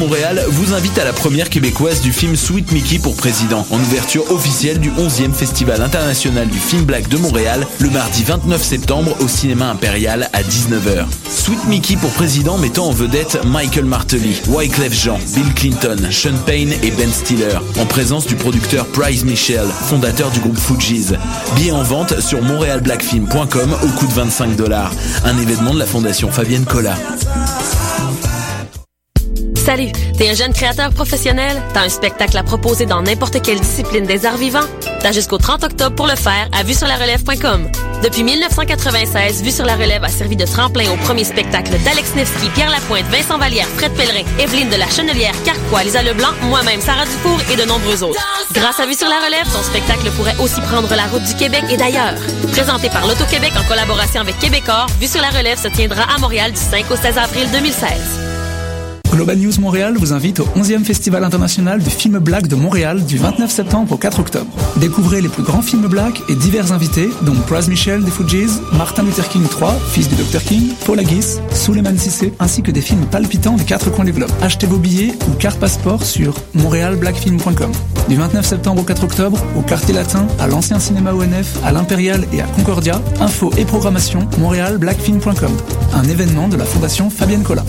Montréal vous invite à la première québécoise du film Sweet Mickey pour président, en ouverture officielle du 11e Festival international du film black de Montréal, le mardi 29 septembre au cinéma impérial à 19h. Sweet Mickey pour président mettant en vedette Michael Martelly, Wyclef Jean, Bill Clinton, Sean Payne et Ben Stiller, en présence du producteur Price Michel, fondateur du groupe Fugees. Billets en vente sur montrealblackfilm.com au coût de $25. Un événement de la Fondation Fabienne Collat. Salut, t'es un jeune créateur professionnel? T'as un spectacle à proposer dans n'importe quelle discipline des arts vivants? T'as jusqu'au 30 octobre pour le faire à vuesurlarelève.com. Depuis 1996, Vue sur la Relève a servi de tremplin au premier spectacle d'Alex Nevsky, Pierre Lapointe, Vincent Vallière, Fred Pellerin, Evelyne de la Chenelière, Carquois, Lisa Leblanc, moi-même, Sarah Dufour et de nombreux autres. Grâce à Vue sur la Relève, ton spectacle pourrait aussi prendre la route du Québec et d'ailleurs. Présenté par l'Auto-Québec en collaboration avec Québecor, Vue sur la Relève se tiendra à Montréal du 5 au 16 avril 2016. Global News Montréal vous invite au 11e Festival international du film black de Montréal du 29 septembre au 4 octobre. Découvrez les plus grands films black et divers invités, dont Price Michel des Fugees, Martin Luther King III, fils du Dr King, Paul Haggis, Souleymane Cissé, ainsi que des films palpitants des quatre coins du globe. Achetez vos billets ou carte passeport sur montrealblackfilm.com. Du 29 septembre au 4 octobre, au Quartier Latin, à l'Ancien Cinéma ONF, à l'Impérial et à Concordia, info et programmation montrealblackfilm.com. Un événement de la Fondation Fabienne Collat.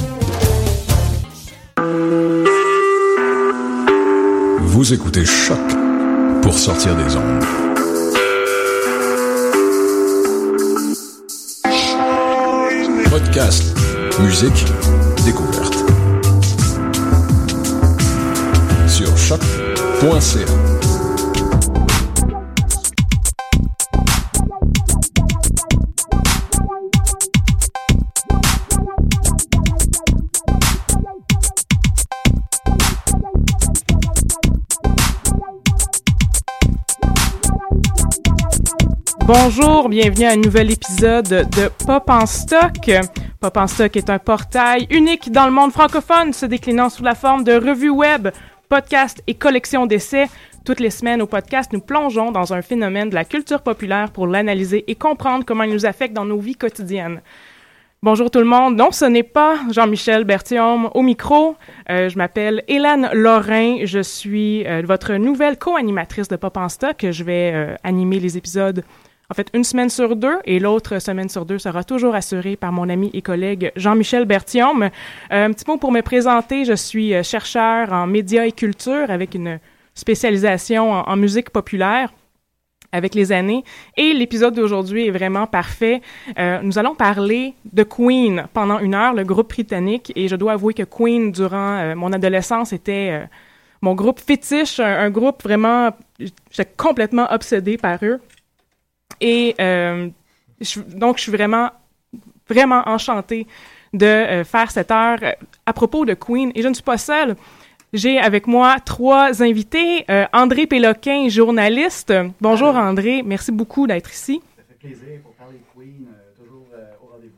Vous écoutez Choc pour sortir des ondes. Podcast, musique, découverte. Sur choc.ca. Bonjour, bienvenue à un nouvel épisode de Pop en Stock. Pop en Stock est un portail unique dans le monde francophone, se déclinant sous la forme de revues web, podcasts et collections d'essais. Toutes les semaines au podcast, nous plongeons dans un phénomène de la culture populaire pour l'analyser et comprendre comment il nous affecte dans nos vies quotidiennes. Bonjour tout le monde. Non, ce n'est pas Jean-Michel Berthiaume au micro. Je m'appelle Hélène Lorrain. Je suis votre nouvelle co-animatrice de Pop en Stock. Je vais animer les épisodes en fait, une semaine sur deux, et l'autre semaine sur deux sera toujours assurée par mon ami et collègue Jean-Michel Berthiaume. Un petit mot pour me présenter, je suis chercheur en médias et culture avec une spécialisation en musique populaire avec les années. Et l'épisode d'aujourd'hui est vraiment parfait. Nous allons parler de Queen pendant 1 heure, le groupe britannique, et je dois avouer que Queen, durant mon adolescence, était mon groupe fétiche, un groupe vraiment... J'étais complètement obsédée par eux. Et donc, je suis vraiment enchantée de faire cette heure à propos de Queen. Et je ne suis pas seule. J'ai avec moi 3 invités. André Péloquin, journaliste. Bonjour André, merci beaucoup d'être ici. Ça fait plaisir pour parler de Queen, toujours au rendez-vous.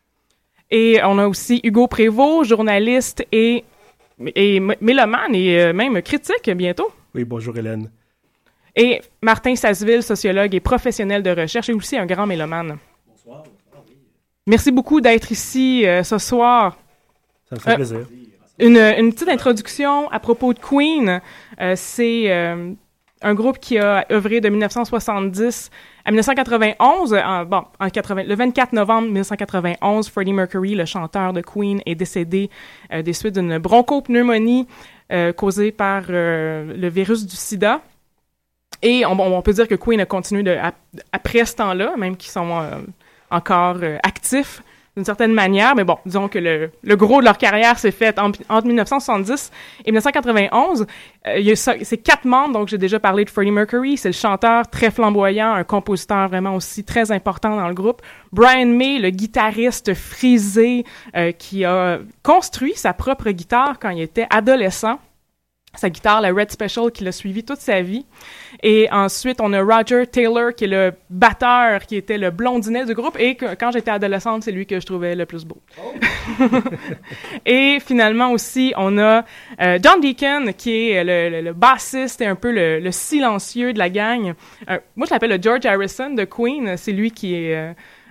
Et on a aussi Hugo Prévost, journaliste et mélomane et même critique bientôt. Oui, bonjour Hélène. Et Martin Sasseville, sociologue et professionnel de recherche, et aussi un grand mélomane. Bonsoir, oui. Merci beaucoup d'être ici ce soir. Ça me fait plaisir. Une petite introduction à propos de Queen. C'est un groupe qui a œuvré de 1970 à 1991. Le 24 novembre 1991, Freddie Mercury, le chanteur de Queen, est décédé des suites d'une bronchopneumonie causée par le virus du sida. Et on peut dire que Queen a continué après ce temps-là, même qu'ils sont encore actifs d'une certaine manière. Mais bon, disons que le gros de leur carrière s'est fait entre 1970 et 1991. Il y a ces 4 membres, donc j'ai déjà parlé de Freddie Mercury, c'est le chanteur très flamboyant, un compositeur vraiment aussi très important dans le groupe. Brian May, le guitariste frisé qui a construit sa propre guitare quand il était adolescent. Sa guitare, la Red Special, qui l'a suivi toute sa vie. Et ensuite, on a Roger Taylor, qui est le batteur, qui était le blondinet du groupe. Et quand j'étais adolescente, c'est lui que je trouvais le plus beau. Oh. Et finalement aussi, on a John Deacon, qui est le bassiste et un peu le silencieux de la gang. Moi, je l'appelle le George Harrison de Queen. C'est lui qui est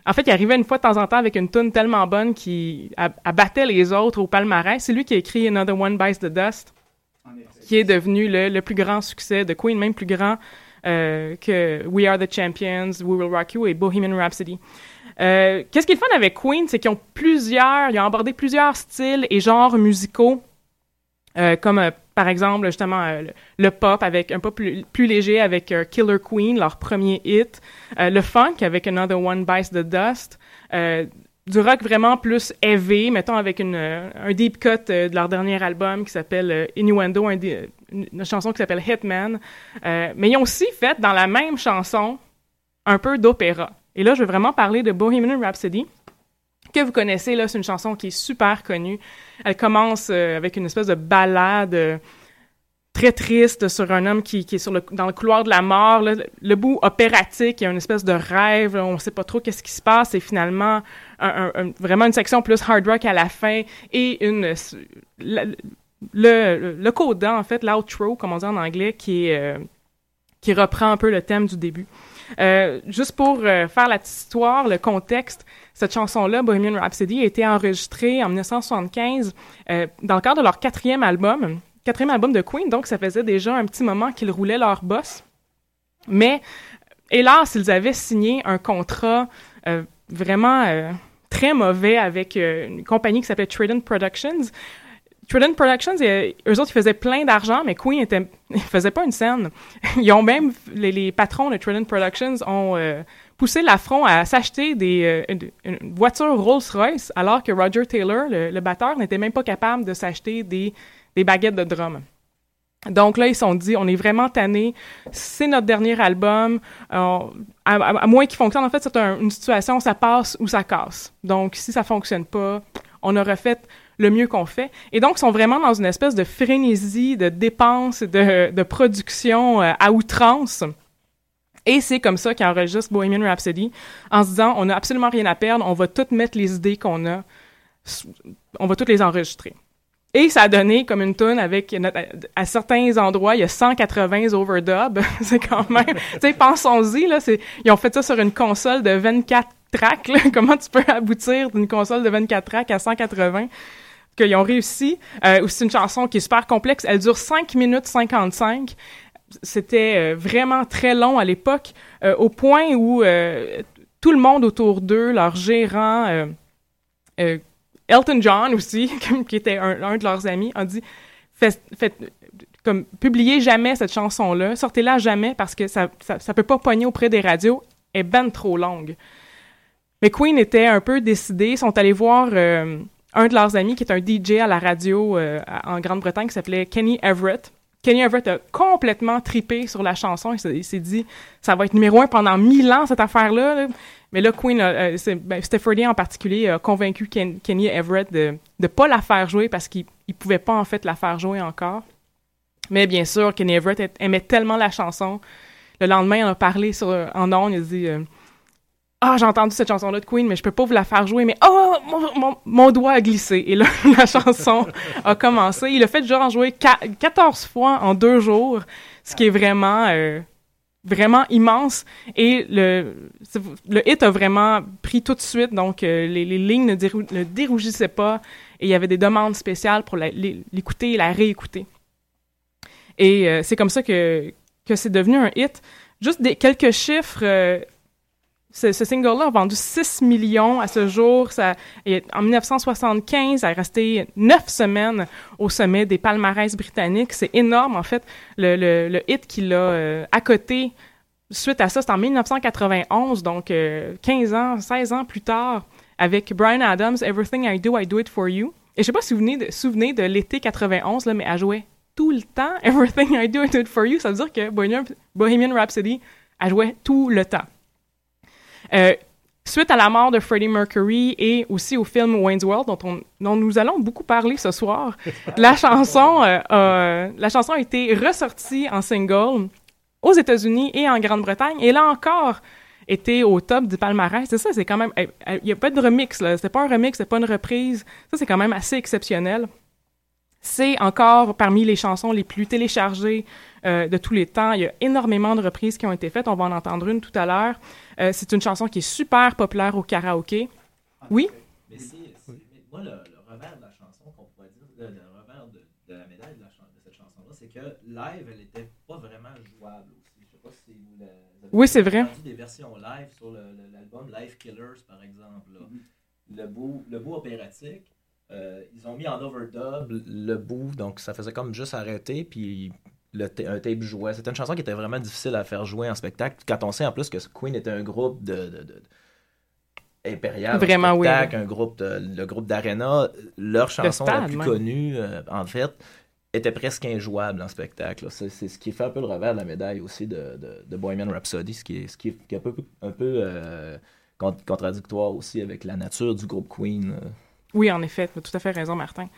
En fait, il arrivait une fois de temps en temps avec une tune tellement bonne qu'il abattait les autres au palmarès. C'est lui qui a écrit Another One Bites the Dust, qui est devenu le plus grand succès de Queen, même plus grand que We Are the Champions, We Will Rock You et Bohemian Rhapsody. Qu'est-ce qui est le fun avec Queen, c'est qu'ils ont abordé plusieurs styles et genres musicaux, comme par exemple justement le pop avec un pop plus léger avec Killer Queen, leur premier hit, le funk avec Another One Bites the Dust, du rock vraiment plus heavy, mettons avec un deep cut de leur dernier album qui s'appelle Innuendo, une chanson qui s'appelle Hitman. Mais ils ont aussi fait dans la même chanson un peu d'opéra. Et là, je veux vraiment parler de Bohemian Rhapsody, que vous connaissez. Là, c'est une chanson qui est super connue. Elle commence avec une espèce de ballade très triste sur un homme qui est dans le couloir de la mort. Là. Le bout opératique, il y a une espèce de rêve. Là, on ne sait pas trop qu'est-ce qui se passe. Et finalement, vraiment une section plus hard rock à la fin et le coda, en fait, l'outro, comme on dit en anglais, qui reprend un peu le thème du début. Juste pour faire la petite histoire, le contexte, cette chanson-là, Bohemian Rhapsody, a été enregistrée en 1975 dans le cadre de leur quatrième album de Queen, donc ça faisait déjà un petit moment qu'ils roulaient leur boss. Mais, hélas, ils avaient signé un contrat vraiment très mauvais avec une compagnie qui s'appelait Trident Productions. Trident Productions, eux autres, ils faisaient plein d'argent, mais Queen ils faisaient pas une scène. Ils ont même, les patrons de Trident Productions ont poussé l'affront à s'acheter une voiture Rolls-Royce, alors que Roger Taylor, le batteur, n'était même pas capable de s'acheter des baguettes de drum. Donc là, ils se sont dit, on est vraiment tannés, c'est notre dernier album, à moins qu'il fonctionne. En fait, c'est une situation, ça passe ou ça casse. Donc, si ça fonctionne pas, on aura fait le mieux qu'on fait. Et donc, ils sont vraiment dans une espèce de frénésie de dépenses, de production à outrance. Et c'est comme ça qu'ils enregistrent Bohemian Rhapsody, en se disant, on n'a absolument rien à perdre, on va toutes mettre les idées qu'on a, on va toutes les enregistrer. Et ça a donné comme une tune avec, à certains endroits, il y a 180 overdubs. C'est quand même, tu sais, pensons-y, là, ils ont fait ça sur une console de 24 tracks, là. Comment tu peux aboutir d'une console de 24 tracks à 180? Qu'ils ont réussi. C'est une chanson qui est super complexe. Elle dure 5 minutes 55. C'était vraiment très long à l'époque, au point où tout le monde autour d'eux, leur gérant, Elton John aussi, qui était un de leurs amis, a dit publiez jamais cette chanson-là, sortez-la jamais parce que ça peut pas pogner auprès des radios, elle est ben trop longue. Mais Queen était un peu décidés, ils sont allés voir un de leurs amis qui est un DJ à la radio en Grande-Bretagne qui s'appelait Kenny Everett. Kenny Everett a complètement trippé sur la chanson. Il s'est dit, ça va être numéro 1 pendant 1000 ans, cette affaire-là. Là. Mais là, Queen, Steph en particulier, a convaincu Kenny Everett de pas la faire jouer parce qu'il pouvait pas, en fait, la faire jouer encore. Mais bien sûr, Kenny Everett aimait tellement la chanson. Le lendemain, il en a parlé en ondes. Il a dit j'ai entendu cette chanson-là de Queen, mais je peux pas vous la faire jouer. Mais mon doigt a glissé. Et là, la chanson a commencé. Il a fait genre jouer 14 fois en 2 jours, ce qui est vraiment immense. Et le hit a vraiment pris tout de suite. Donc, les lignes ne dérougissaient pas. Et il y avait des demandes spéciales pour l'écouter et la réécouter. Et c'est comme ça que c'est devenu un hit. Juste quelques chiffres. Ce single-là a vendu 6 millions à ce jour. En 1975, ça est resté 9 semaines au sommet des palmarès britanniques. C'est énorme, en fait. Le hit qu'il a accoté suite à ça, c'est en 1991, donc 16 ans plus tard, avec Bryan Adams, Everything I Do It For You. Et je sais pas si vous vous souvenez de l'été 91, là, mais elle jouait tout le temps Everything I Do It For You. Ça veut dire que Bohemian Rhapsody, elle jouait tout le temps. Suite à la mort de Freddie Mercury et aussi au film Wayne's World, dont nous allons beaucoup parler ce soir, la chanson a été ressortie en single aux États-Unis et en Grande-Bretagne, et là encore était au top du palmarès. C'est ça, c'est quand même... Il n'y a pas de remix, là. C'était pas un remix, c'est pas une reprise. Ça, c'est quand même assez exceptionnel. C'est encore parmi les chansons les plus téléchargées de tous les temps. Il y a énormément de reprises qui ont été faites. On va en entendre une tout à l'heure. C'est une chanson qui est super populaire au karaoké. Oui? Mais moi, le revers de la chanson, qu'on pourrait dire, le revers de la médaille de cette chanson-là, c'est que live, elle n'était pas vraiment jouable aussi. Je ne sais pas si vous avez oui, c'est vrai. entendu des versions live sur l'album Live Killers, par exemple. Là. Le bout opératique, ils ont mis en overdub le bout, donc ça faisait comme juste arrêter, puis un tape jouait. C'était une chanson qui était vraiment difficile à faire jouer en spectacle, quand on sait en plus que Queen était un groupe impérial, vraiment, spectacle, oui. Le groupe d'Arena, leur chanson la plus même. connue, en fait, était presque injouable en spectacle. Là. C'est ce qui fait un peu le revers de la médaille aussi de Bohemian Rhapsody, ce qui est un peu contradictoire aussi avec la nature du groupe Queen. Oui, en effet, tu as tout à fait raison, Martin.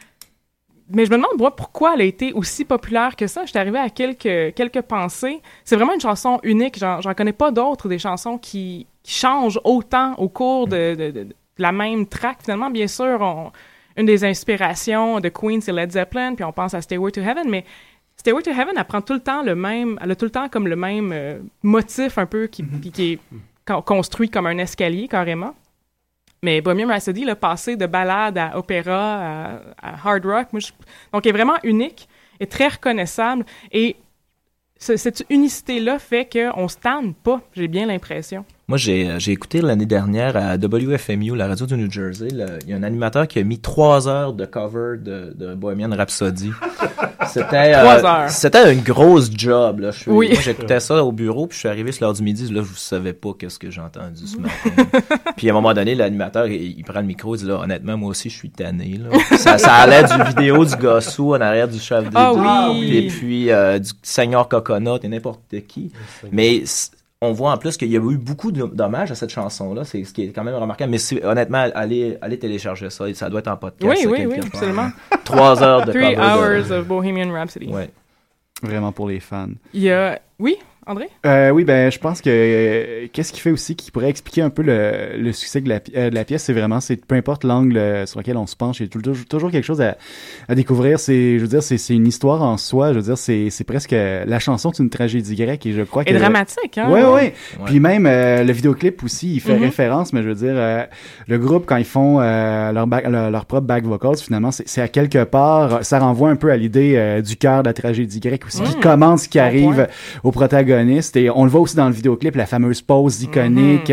Mais je me demande, moi, pourquoi elle a été aussi populaire que ça. J'étais arrivée à quelques pensées. C'est vraiment une chanson unique. J'en connais pas d'autres, des chansons qui changent autant au cours de la même track. Finalement, bien sûr, une des inspirations de Queen, c'est Led Zeppelin, puis on pense à Stairway to Heaven, mais Stairway to Heaven, elle prend tout le temps elle a tout le temps comme le même motif un peu qui est construit comme un escalier, carrément. Mais Bohemian Rhapsody, le passé de ballade à opéra, à hard rock, donc elle est vraiment unique et très reconnaissable. Et cette unicité-là fait qu'on ne se tanne pas, j'ai bien l'impression. Moi, j'ai écouté l'année dernière à WFMU, la radio du New Jersey, il y a un animateur qui a mis 3 heures de cover de Bohemian Rhapsody. C'était 3 heures. C'était une grosse job. Là. Oui. Moi, j'écoutais ça au bureau, puis je suis arrivé sur l'heure du midi. Là, je ne savais pas qu'est-ce que j'ai entendu ce matin. Puis à un moment donné, l'animateur, il prend le micro, il dit là, honnêtement, moi aussi, je suis tanné. Là. Ça allait du vidéo du gossou en arrière du chef des oui. et puis du Seigneur Coconut et n'importe qui. Mais on voit en plus qu'il y a eu beaucoup d'hommages à cette chanson-là, c'est ce qui est quand même remarquable. Mais honnêtement, allez télécharger ça, ça doit être en podcast. Oui, absolument. 3 heures de 3 hours of Bohemian Rhapsody. Ouais. Vraiment pour les fans. Il y a... Oui, André? Oui, je pense que qu'est-ce qui fait aussi qui pourrait expliquer un peu le succès de la pièce, c'est peu importe l'angle sur lequel on se penche, il y a toujours quelque chose à découvrir. C'est une histoire en soi. Je veux dire, c'est presque la chanson d'une tragédie grecque et je crois que... Et dramatique, hein? Ouais. Puis même le vidéoclip aussi, il fait référence, mais je veux dire, le groupe, quand ils font leur propre back vocals, finalement, c'est à quelque part, ça renvoie un peu à l'idée du cœur de la tragédie grecque aussi, qui commence, qui arrive au protagoniste. Et on le voit aussi dans le vidéoclip, la fameuse pause iconique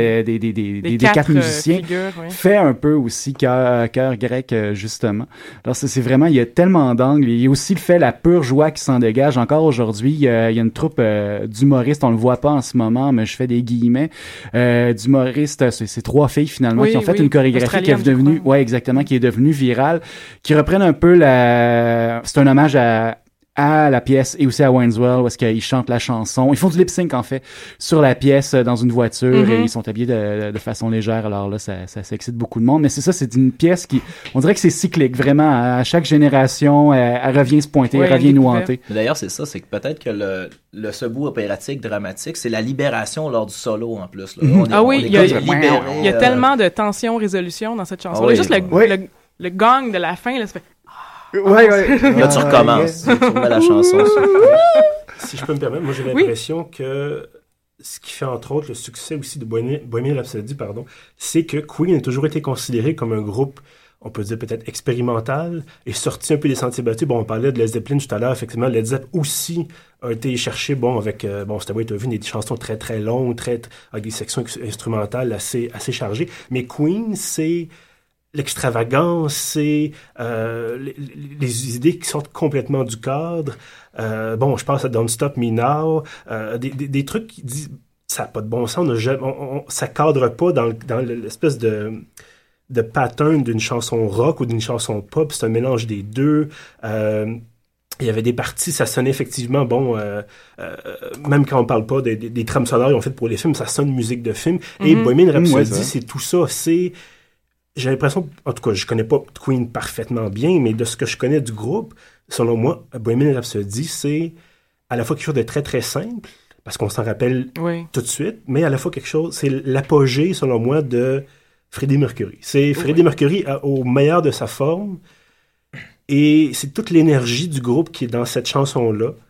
des 4 musiciens fait un peu aussi cœur grec, justement. Alors c'est vraiment, il y a tellement d'angles. Il y a aussi la pure joie qui s'en dégage. Encore aujourd'hui, il y a une troupe d'humoristes, on le voit pas en ce moment, mais je fais des guillemets, d'humoristes, c'est 3 filles finalement qui ont fait une chorégraphie qui est devenue, qui est devenue virale, qui reprennent un peu c'est un hommage à la pièce et aussi à Wayne's World où est-ce qu'ils chantent la chanson. Ils font du lip-sync en fait sur la pièce dans une voiture et ils sont habillés de façon légère. Alors là, ça excite beaucoup de monde. Mais c'est ça, c'est une pièce on dirait que c'est cyclique. Vraiment, à chaque génération, elle revient se pointer, elle revient nous hanter. D'ailleurs, c'est ça, c'est que peut-être que ce bout opératique, dramatique, c'est la libération lors du solo en plus. Là. Il y a tellement de tension-résolution dans cette chanson. Juste le gong de la fin, là, ça fait... Là, tu recommences. Tu remets la chanson. Si je peux me permettre, moi, j'ai l'impression que ce qui fait, entre autres, le succès aussi de Bohemian Rhapsody, c'est que Queen a toujours été considéré comme un groupe, on peut dire peut-être expérimental, et sorti un peu des sentiers battus. Bon, on parlait de Led Zeppelin tout à l'heure. Effectivement, Led Zeppelin aussi a été cherché, avec Stairway to Heaven, des chansons très, très longues, avec des sections instrumentales assez chargées. Mais Queen, c'est... l'extravagance, c'est les idées qui sortent complètement du cadre. Je pense à Don't Stop Me Now, des trucs qui disent ça n'a pas de bon sens, ça cadre pas dans l'espèce de pattern d'une chanson rock ou d'une chanson pop, c'est un mélange des deux. Il y avait des parties, ça sonnait effectivement, même quand on parle pas des trames sonores qu'ils ont faites pour les films, ça sonne musique de film. Et Bohemian Rhapsody, c'est tout ça, j'ai l'impression, en tout cas, je connais pas Queen parfaitement bien, mais de ce que je connais du groupe, selon moi, Bohemian Rhapsody, c'est à la fois quelque chose de très, très simple, parce qu'on s'en rappelle tout de suite, mais à la fois quelque chose, c'est l'apogée, selon moi, de Freddie Mercury. C'est Freddie Mercury au meilleur de sa forme, et c'est toute l'énergie du groupe qui est dans cette chanson-là.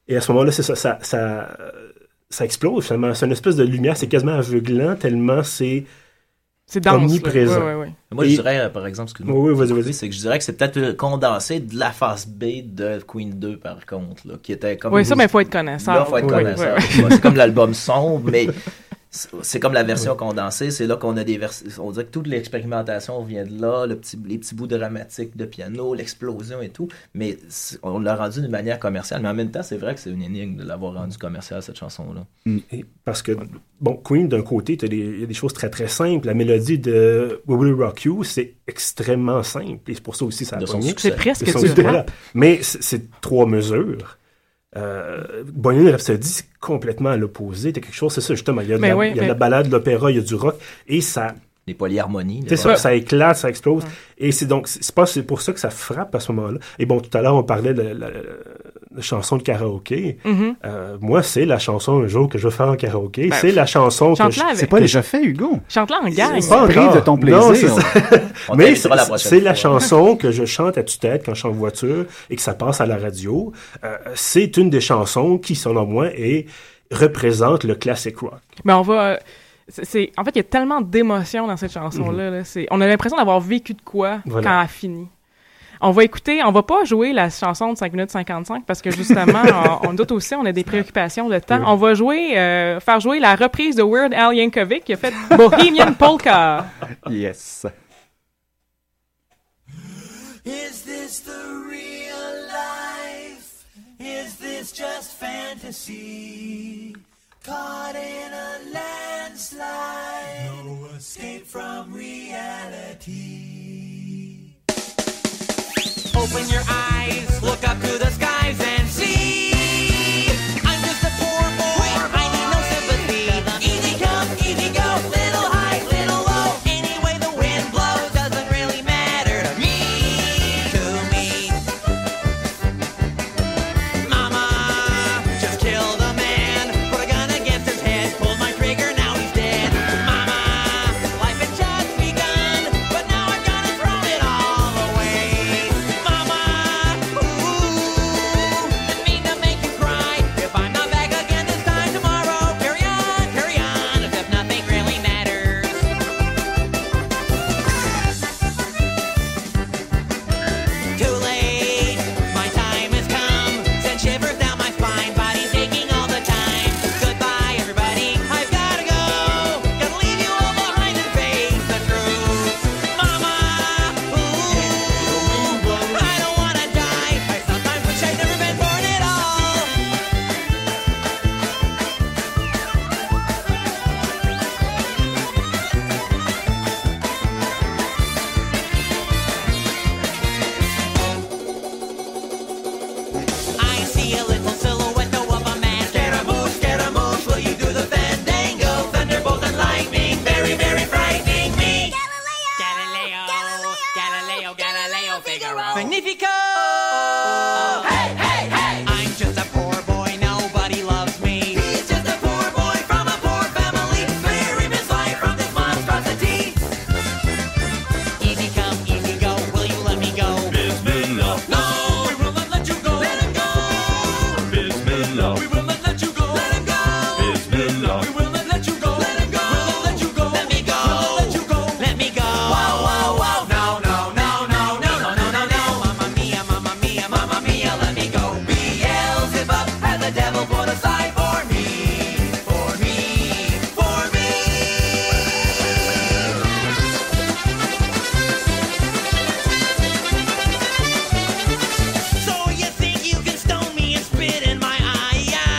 Et à ce moment-là, c'est ça explose finalement. C'est une espèce de lumière, c'est quasiment aveuglant tellement c'est dense, omniprésent. Ouais. Moi, je dirais, par exemple, excuse-moi, oui, vas-y. C'est que je dirais que c'est peut-être condensé de la face B de Queen 2, par contre, là, qui était comme... Oui, ça, mais il faut être connaisseur. Là, il faut être connaisseur. C'est comme l'album sombre, mais c'est comme la version condensée. C'est là qu'on a des versions... On dirait que toute l'expérimentation vient de là, les petits bouts dramatiques de piano, l'explosion et tout, mais on l'a rendu d'une manière commerciale. Mais en même temps, c'est vrai que c'est une énigme de l'avoir rendu commercial, cette chanson-là. Et parce que, bon, Queen, d'un côté, il y a des choses très, très simples. La mélodie de We Will Rock You, c'est extrêmement simple. Et c'est pour ça aussi ça a pogné. C'est presque du rap. Mais c'est 3 mesures. Bohemian Rhapsody, c'est complètement à l'opposé. T'as quelque chose, c'est ça, justement. Il y a de la balade, de l'opéra, il y a du rock. Et ça... Les polyharmonies. C'est ça, ça éclate, ça explose. Et c'est pour ça que ça frappe à ce moment-là. Et bon, tout à l'heure, on parlait de la chanson de karaoké. Moi, c'est la chanson un jour que je veux faire en karaoké. C'est la chanson que c'est pas déjà fait, Hugo. Chante-la en gang. C'est pas prive de ton plaisir. Non, c'est ça. Mais c'est la chanson que je chante à tue-tête quand je suis en voiture et que ça passe à la radio. C'est une des chansons qui, selon moi, représente le classic rock. Mais on va... En fait, il y a tellement d'émotions dans cette chanson-là. Là. On a l'impression d'avoir vécu de quoi quand elle finit. On va pas jouer la chanson de 5 minutes 55 parce que justement, on doute aussi, on a des préoccupations de temps. On va faire jouer la reprise de Weird Al Yankovic qui a fait Bohemian Polka. Yes. Is this the real life? Is this just fantasy? Caught in a landslide, no escape from reality. Open your eyes, look up to the skies and see. I'm just a poor boy, I need no sympathy. Easy come, easy go, little high, little low. Any way the wind blows doesn't really matter to me. Mama just killed a man, put a gun against his head, pulled my trigger, now he's dead. Mama, life had just begun, but now I'm gonna throw it all away. Mama, ooh, didn't mean to make you cry. If I'm not back again this time tomorrow, carry on, as if nothing really matters. Too late, my time has come. Send shivers down my spine, body's aching all the time. Goodbye, everybody, I've gotta go. Gotta leave you all behind and face the truth. Mama, ooh, I don't wanna die. I sometimes wish I'd never been born at all. I see a little silhouette of a man. Scaramouche, will you do the fandango? Thunderbolt and lightning, very, very frightening me. Galileo, Figaro. Magnifico! Hey! I'm just a poor boy, nobody loves me. He's just a poor boy from a poor family. Spare him his life from this monstrosity. Easy come, easy go, will you let me go? Bismillah. No, we will not let you go. Let him go. Bismillah. We will not let you go. Let him go. Bismillah. We will not let you go. Let him go. We'll not let you go. Let me go. We'll not let you go. Let me go. Whoa. No. Mamma mia, let me go. Beelzebub has the devil put aside for me. For me. So you think you can stone me and spit in my eye?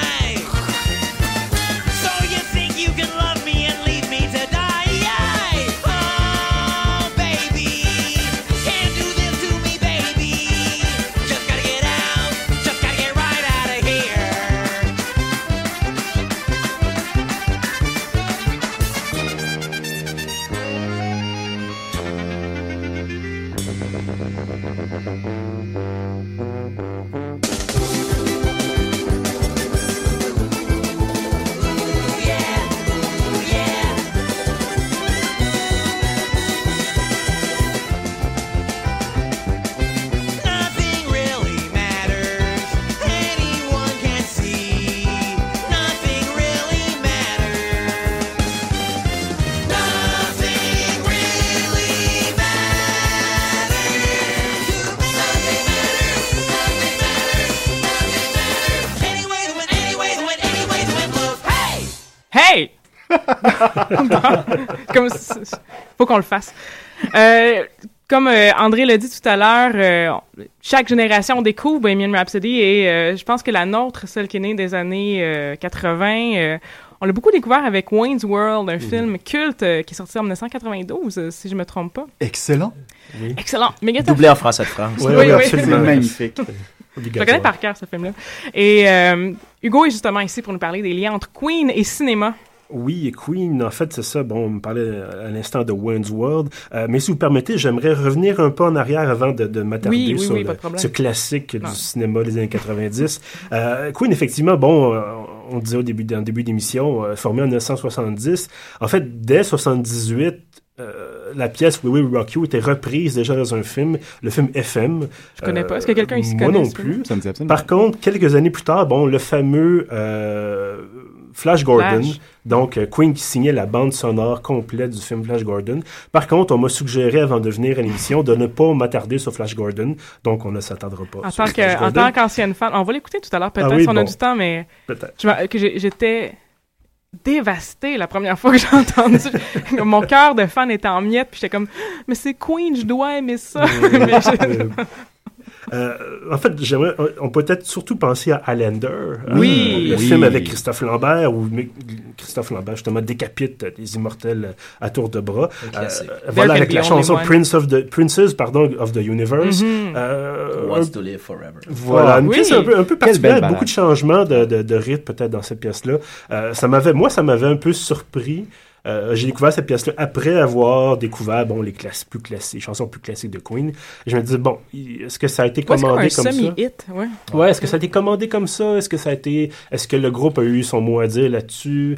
Comme faut qu'on le fasse. Comme André l'a dit tout à l'heure, chaque génération découvre Bohemian Rhapsody et je pense que la nôtre, celle qui est née des années 80, on l'a beaucoup découvert avec Wayne's World, un film culte qui est sorti en 1992, si je me trompe pas. Excellent. Oui. Excellent. Méga Doublé en français de France. Oui, absolument. C'est magnifique. Je le connais par cœur, ce film-là. Et Hugo est justement ici pour nous parler des liens entre Queen et cinéma. Oui, et Queen, en fait, c'est ça. Bon, on me parlait à l'instant de Wayne's World. Mais si vous permettez, j'aimerais revenir un peu en arrière avant de m'attarder sur ce classique du cinéma des années 90. Queen, effectivement, bon, on disait en début d'émission, formé en 1970. En fait, dès 78, la pièce We Will Rock You était reprise déjà dans un film, le film FM. Je connais pas. Est-ce que quelqu'un ici connaît? Moi non plus. Par contre, quelques années plus tard, bon, le fameux Flash Gordon, donc Queen qui signait la bande sonore complète du film Flash Gordon. Par contre, on m'a suggéré avant de venir à l'émission de ne pas m'attarder sur Flash Gordon, donc on ne s'attardera pas. En tant qu'ancienne fan, on va l'écouter tout à l'heure peut-être si on a du temps, mais j'étais dévastée la première fois que j'ai entendu. Mon cœur de fan était en miettes, puis j'étais comme, mais c'est Queen, je dois aimer ça. En fait, on peut peut-être surtout penser à Highlander, le film avec Christophe Lambert, où Christophe Lambert justement décapite des immortels à tour de bras. Voilà, avec la chanson Princess of the Universe. Wants to Live Forever. Voilà, une pièce un peu particulière, avec beaucoup de changements de rythme peut-être dans cette pièce-là. Ça m'avait un peu surpris. J'ai découvert cette pièce-là après avoir découvert les chansons plus classiques de Queen. Et je me disais, bon, est-ce que ça a été commandé comme ça? Semi-hit, ouais, est-ce que ça a été commandé comme ça? Est-ce que le groupe a eu son mot à dire là-dessus?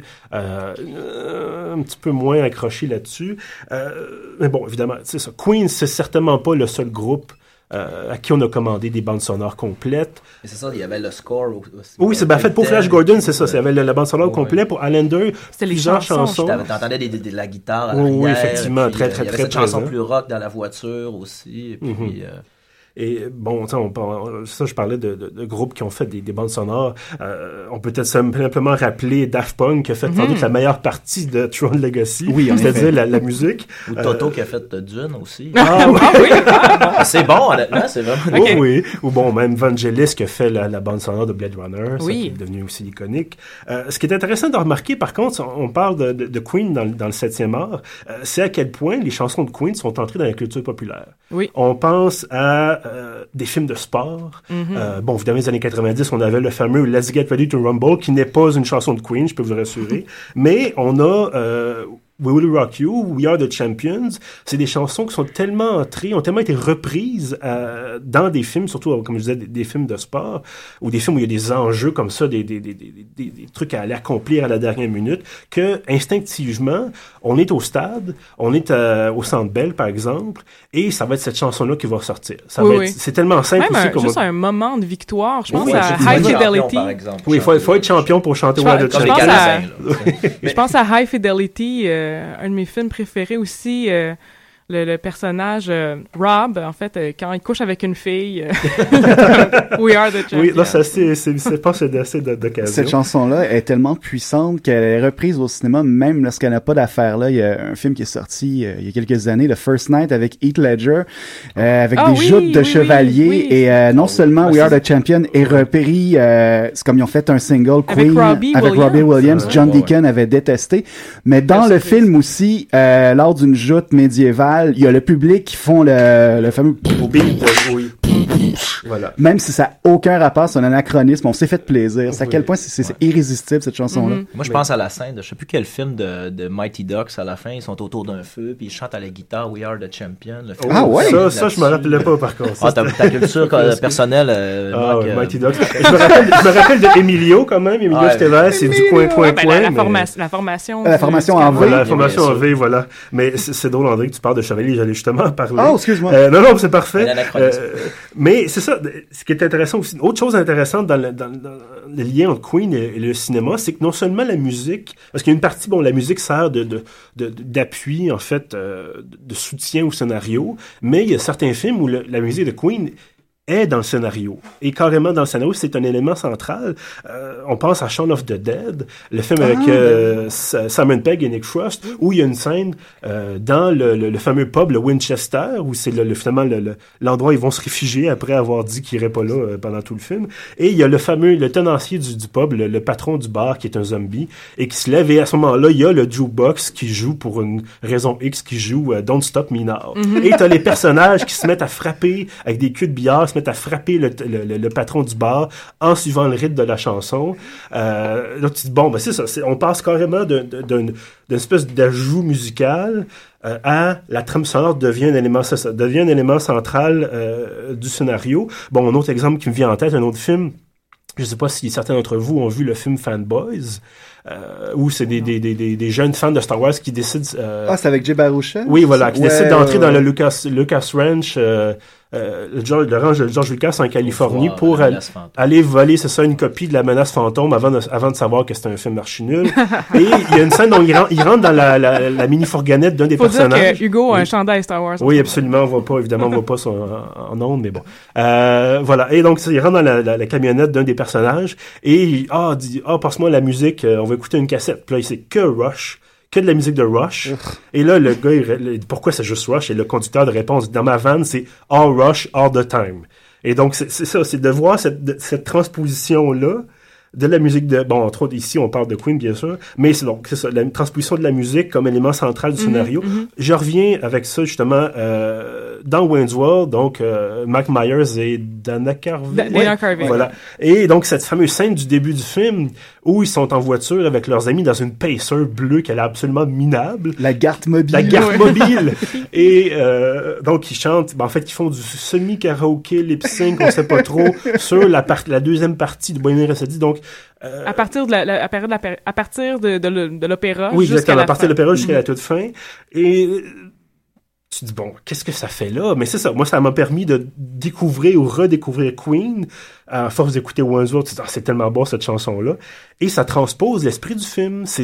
Un petit peu moins accroché là-dessus. Mais bon, évidemment, c'est ça. Queen, c'est certainement pas le seul groupe à qui on a commandé des bandes sonores complètes. Et c'est ça, il y avait le score aussi. Oui, c'est fait pour Flash Gordon, c'est ça. Il y avait la bande sonore complète. Pour Highlander, c'était plusieurs chansons. T'entendais de la guitare à l'arrière. Oui, effectivement, très, très, très présent. Il y avait cette chanson plus rock dans la voiture aussi. Et puis... Et bon, ça, je parlais de groupes qui ont fait des bandes sonores. On peut peut-être simplement rappeler Daft Punk qui a fait sans doute la meilleure partie de Tron Legacy, c'est-à-dire la musique. Ou Toto qui a fait Dune aussi. Oui! C'est bon, honnêtement, c'est vraiment... Okay. Oui, ou bon, même Vangelis qui a fait la bande sonore de Blade Runner, ça qui est devenu aussi iconique. Ce qui est intéressant de remarquer, par contre, on parle de Queen dans le 7e art, c'est à quel point les chansons de Queen sont entrées dans la culture populaire. Oui. On pense à des films de sport. Bon, évidemment, les années 90, on avait le fameux Let's Get Ready to Rumble, qui n'est pas une chanson de Queen, je peux vous rassurer. Mais on a We Will Rock You, We Are the Champions. C'est des chansons qui sont tellement entrées, ont tellement été reprises dans des films, surtout, comme je disais, des films de sport, ou des films où il y a des enjeux comme ça, des trucs à aller accomplir à la dernière minute, que instinctivement, on est au stade, on est au Centre Bell, par exemple, et ça va être cette chanson-là qui va ressortir. C'est tellement simple même aussi. Juste un moment de victoire. Je pense à High Fidelity. Par exemple, il faut être champion pour chanter We Are the Champions. Je pense à High Fidelity, un de mes films préférés aussi, le personnage Rob, en fait, quand il couche avec une fille, We Are the Champions. Oui, là, c'est pas assez d'occasion. Cette chanson-là est tellement puissante qu'elle est reprise au cinéma, même lorsqu'elle n'a pas d'affaire là. Il y a un film qui est sorti il y a quelques années, The First Night, avec Heath Ledger, avec des joutes de chevalier, et non seulement We Are the Champion est repris, c'est comme ils ont fait un single Queen avec Robbie Williams, John Deacon avait détesté, mais dans le film aussi, lors d'une joute médiévale, il y a le public qui font le fameux oui. Voilà. Même si ça n'a aucun rapport, c'est un anachronisme, on s'est fait plaisir. C'est à quel point c'est irrésistible cette chanson-là. Moi je pense à la scène de je sais plus quel film de Mighty Ducks, à la fin ils sont autour d'un feu puis ils chantent à la guitare We Are the Champion. Ça je me rappelais pas par contre. Ta culture personnelle. Mighty Ducks. Je me rappelle de Emilio quand même. Emilio Estevez, c'est du coin. La formation en V. La formation en V, voilà. Mais c'est drôle, André, que tu parles de chevalier, j'allais justement en parler. Oh, excuse-moi. Non, c'est parfait. Mais c'est ça, ce qui est intéressant aussi, autre chose intéressante dans le lien entre Queen et le cinéma, c'est que non seulement la musique, parce qu'il y a une partie, la musique sert d'appui, en fait, de soutien au scénario, mais il y a certains films où la musique de Queen est dans le scénario. Et carrément dans le scénario, c'est un élément central. On pense à Shaun of the Dead, le film avec Simon Pegg et Nick Frost, où il y a une scène dans le fameux pub, le Winchester, où c'est finalement l'endroit où ils vont se réfugier après avoir dit qu'ils iraient pas là pendant tout le film. Et il y a le tenancier du pub, le patron du bar, qui est un zombie, et qui se lève, et à ce moment-là, il y a le jukebox qui joue, pour une raison X, qui joue Don't Stop Me Now. Et t'as les personnages qui se mettent à frapper avec des queues de billard, se mettent à frapper le patron du bar en suivant le rythme de la chanson. Donc tu dis, bon, ben c'est ça, on passe carrément d'une espèce d'ajout musical à la trame sonore devient un élément central du scénario. Bon, un autre exemple qui me vient en tête, un autre film, je sais pas si certains d'entre vous ont vu le film Fanboys, où c'est des jeunes fans de Star Wars qui décident... c'est avec Jay Baruchel? Oui, voilà, qui décident d'entrer dans le Lucas Ranch, le ranch de George Lucas en Californie pour aller voler, c'est ça, une copie de La Menace Fantôme avant de savoir que c'était un film archi nul. Et il y a une scène où il rentre dans la mini-fourgonnette d'un des personnages. Faut dire que Hugo a un chandail Star Wars. Oui, absolument, on voit pas en ondes, mais bon. Voilà. Et donc, il rentre dans la camionnette d'un des personnages et il dit, passe-moi la musique, on va écouter une cassette. Puis là, c'est que Rush. Que de la musique de Rush. Et là, le gars, il pourquoi c'est juste Rush? Et le conducteur de réponse, dans ma vanne, c'est all Rush, all the time. Et donc, c'est ça, c'est de voir cette transposition-là de la musique entre autres, ici, on parle de Queen, bien sûr, mais c'est ça, la transposition de la musique comme élément central du scénario. Je reviens avec ça, justement, dans Wayne's World, donc, Mike Myers et Dana Carvey. Dana Carvey. Voilà. Et donc, cette fameuse scène du début du film, où ils sont en voiture avec leurs amis dans une Pacer bleue qui a l'air absolument minable. La Gart mobile. Et, donc, ils chantent, en fait, ils font du semi-karaoké, lip-sync, on sait pas trop, sur la deuxième partie de Bohemian Rhapsody. Donc, à partir de l'opéra. Oui, exactement. À partir de l'opéra jusqu'à la toute fin. Et tu te dis, bon, qu'est-ce que ça fait là? Mais c'est ça. Moi, ça m'a permis de découvrir ou redécouvrir Queen. À force d'écouter Wayne's World, tu te dis, c'est tellement bon, cette chanson-là. Et ça transpose l'esprit du film. C'est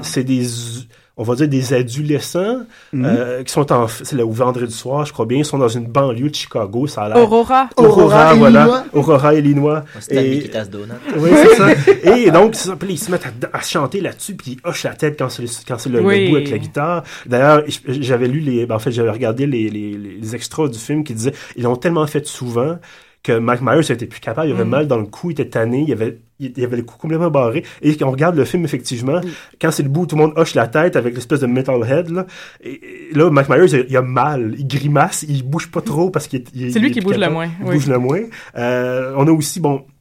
on va dire des adolescents qui sont c'est le vendredi soir, je crois bien, ils sont dans une banlieue de Chicago, ça a l'air... Aurora, voilà. Aurora, Illinois. C'est la Mickey Tass Donut. Oui, c'est ça. Et donc, puis ils se mettent à chanter là-dessus, puis ils hochent la tête quand c'est le bout avec la guitare. D'ailleurs, j'avais lu j'avais regardé les extras du film qui disaient, ils l'ont tellement fait souvent que Mike Myers était plus capable, il avait mal dans le cou, il était tanné, il avait le cou complètement barré. Et quand on regarde le film, effectivement, quand c'est le bout où tout le monde hoche la tête avec l'espèce de metalhead, là, et là, Mike Myers, il a mal, il grimace, il bouge pas trop parce qu'il c'est lui qui bouge le moins. Il bouge le moins. On a aussi,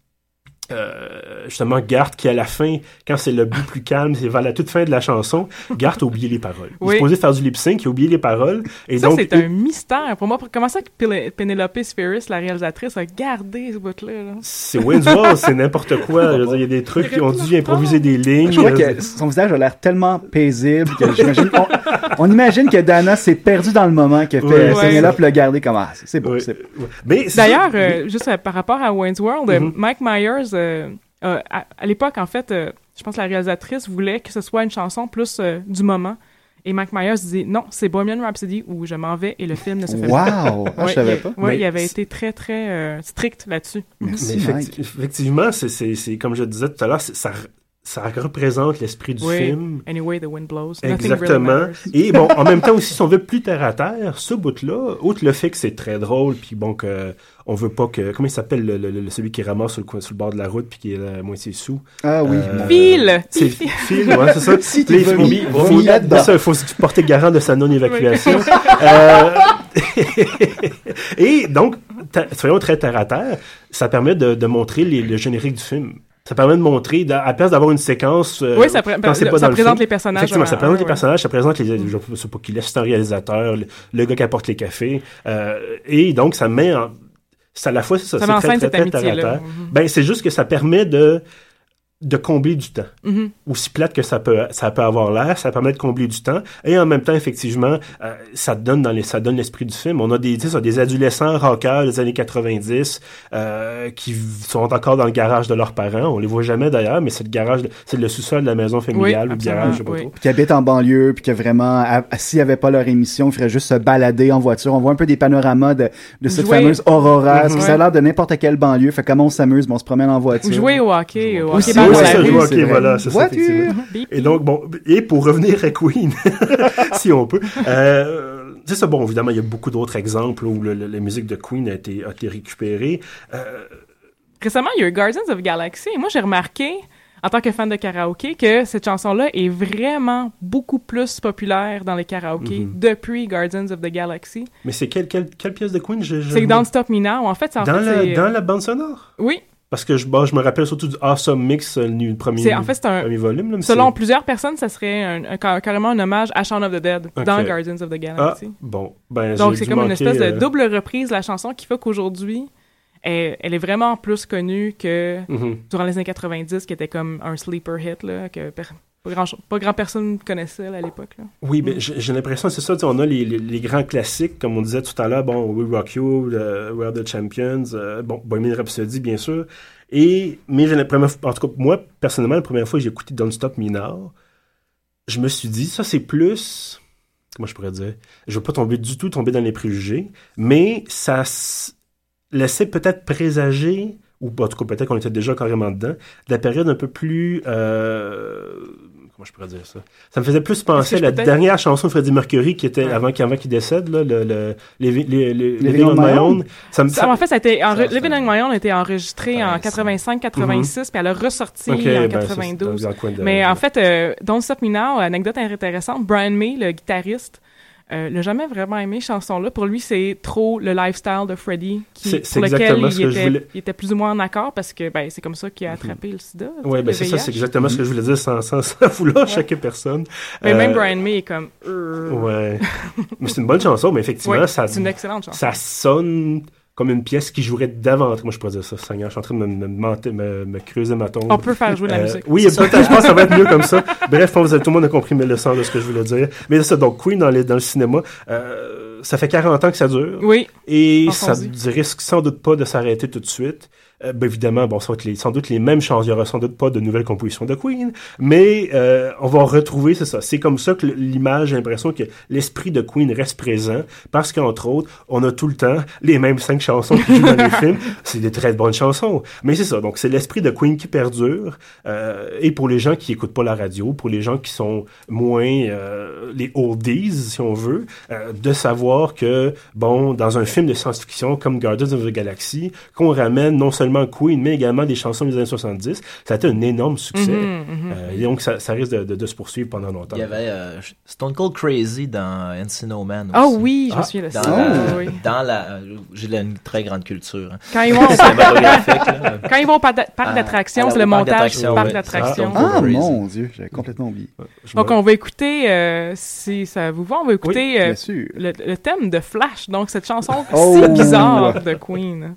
justement, Gart qui à la fin, quand c'est le bout plus calme, c'est vers la toute fin de la chanson, Gart a oublié les paroles. Il est supposé faire du lip-sync, il a oublié les paroles. Et ça, donc, c'est un mystère. Pour moi, comment ça que Penelope Spheris, la réalisatrice, a gardé ce bout-là? C'est Wayne's World, c'est n'importe quoi. Je veux dire, il y a des trucs qui ont dû improviser des lignes. Je crois que son visage a l'air tellement paisible que j'imagine... On imagine que Dana s'est perdue dans le moment, que Penelope l'a gardé comme c'est beau. Mais d'ailleurs, juste par rapport à Wayne's World, Mike Myers... à l'époque, en fait, je pense que la réalisatrice voulait que ce soit une chanson plus du moment. Et Mike Myers disait non, c'est Bohemian Rhapsody où je m'en vais et le film ne se fait pas. Wow! Je savais pas. Oui, il avait été très, très strict là-dessus. Merci, Mike. Effectivement, c'est comme je disais tout à l'heure, ça représente l'esprit du film. Anyway, the wind blows. Exactement. Et bon, en même temps aussi, si on veut plus terre à terre, ce bout-là, outre le fait que c'est très drôle, puis bon, que on veut pas que... Comment il s'appelle celui qui ramasse sur le bord de la route puis qui est la moitié sous? Ah oui. Phil! C'est Phil, ouais, c'est ça. Si tu il faut se porter garant de sa non-évacuation. Et donc, soyons très terre à terre, ça permet de montrer le générique du film. Ça permet de montrer, à la place d'avoir une séquence, ça présente les personnages. Effectivement, ça présente les personnages, ça présente je sais pas qui laisse un réalisateur, le gars qui apporte les cafés, et donc ça met c'est à la fois ça met en scène cette très terre à amitié-là. terre. Ben, c'est juste que ça permet de de combler du temps. Mhm. Aussi plate que ça peut avoir l'air, ça permet de combler du temps. Et en même temps, effectivement, ça donne l'esprit du film. On a des adolescents rockers des années 90 qui sont encore dans le garage de leurs parents. On les voit jamais d'ailleurs, mais c'est le sous-sol de la maison familiale ou le garage, je sais pas trop. Puis qui habitent en banlieue, puis que vraiment, s'il n'y avait pas leur émission, il ferait juste se balader en voiture. On voit un peu des panoramas de cette fameuse Aurora. Parce que ça a l'air de n'importe quelle banlieue. Fait comment on s'amuse, on se promène en voiture. Jouer au hockey. Oui, c'est ça, jouer au hockey, voilà, c'est ça, effectivement. Et donc, bon, et pour revenir à Queen, si on peut, c'est ça, bon, évidemment, il y a beaucoup d'autres exemples où la musique de Queen a été récupérée. Récemment, il y a eu Guardians of the Galaxy, et moi, j'ai remarqué, en tant que fan de karaoké, que cette chanson-là est vraiment beaucoup plus populaire dans les karaokés depuis Guardians of the Galaxy. Mais c'est quelle pièce de Queen? C'est Don't Stop Me Now, en fait. Dans la bande sonore? Oui. Parce que je me rappelle surtout du Awesome Mix, le premier volume. Là, selon plusieurs personnes, ça serait carrément un hommage à Shaun of the Dead dans Guardians of the Galaxy. Ah, bon. Ben, donc, c'est comme une espèce de double reprise de la chanson qui fait qu'aujourd'hui, elle est vraiment plus connue que durant les années 90, qui était comme un sleeper hit, là, que pas grand personne connaissait là, à l'époque. Là. Oui, mais j'ai l'impression, c'est ça, on a les grands classiques, comme on disait tout à l'heure, bon, We Rock You, We Are the Champions, bon, Bohemian Rhapsody, bien sûr. Mais en tout cas, moi, personnellement, la première fois que j'ai écouté Don't Stop Me Now, je me suis dit, ça, c'est plus... Comment je pourrais dire? Je veux pas tomber dans les préjugés, mais ça laissait peut-être présager, ou en tout cas, peut-être qu'on était déjà carrément dedans, de la période un peu plus... comment je pourrais dire ça? Ça me faisait plus penser à la dernière chanson de Freddie Mercury qui était avant qu'il décède, là, Living on My Own. En fait, Living on My Own a été enregistré en 85-86, puis elle a ressorti en 92. Mais en fait, Don't Stop Me Now, anecdote intéressante, Brian May, le guitariste, l'a jamais vraiment aimé, cette chanson-là. Pour lui, c'est trop le lifestyle de Freddie, pour lequel il était plus ou moins en accord, parce que c'est comme ça qu'il a attrapé le sida. Oui, c'est ça, c'est exactement ce que je voulais dire sans vouloir choquer personne. Mais même Brian May est comme... Ouais. Mais c'est une bonne chanson, mais effectivement, c'est une excellente chanson. Ça sonne comme une pièce qui jouerait davantage. Moi, je pourrais dire ça, Seigneur. Je suis en train de me creuser ma tombe. On peut faire jouer la musique. Oui, peut-être, je pense que ça va être mieux comme ça. Bref, tout le monde a compris le sens de ce que je voulais dire. Mais c'est ça, donc Queen dans le cinéma, ça fait 40 ans que ça dure. Oui. Et ça risque sans doute pas de s'arrêter tout de suite. Évidemment, bon, ça va être sans doute les mêmes chansons. Il n'y aura sans doute pas de nouvelles compositions de Queen, mais on va retrouver, c'est ça. C'est comme ça que l'image, j'ai l'impression que l'esprit de Queen reste présent, parce qu'entre autres, on a tout le temps les mêmes 5 chansons qui jouent dans les films. C'est des très bonnes chansons. Mais c'est ça. Donc, c'est l'esprit de Queen qui perdure. Et pour les gens qui écoutent pas la radio, pour les gens qui sont moins les oldies, si on veut, de savoir que, bon, dans un film de science-fiction comme Guardians of the Galaxy, qu'on ramène non seulement Queen, mais également des chansons des années 70. Ça a été un énorme succès. Et donc, ça risque de se poursuivre pendant longtemps. Il y avait Stone Cold Crazy dans Encino Man aussi. Oh oui, je me souviens de ça. J'ai une très grande culture. Hein. Quand ils vont au parc d'attractions, c'est le montage du parc d'attractions. Ah mon Dieu, j'avais complètement oublié. Donc, on va écouter, si ça vous va, on va écouter le thème de Flash. Donc, cette chanson si bizarre de Queen.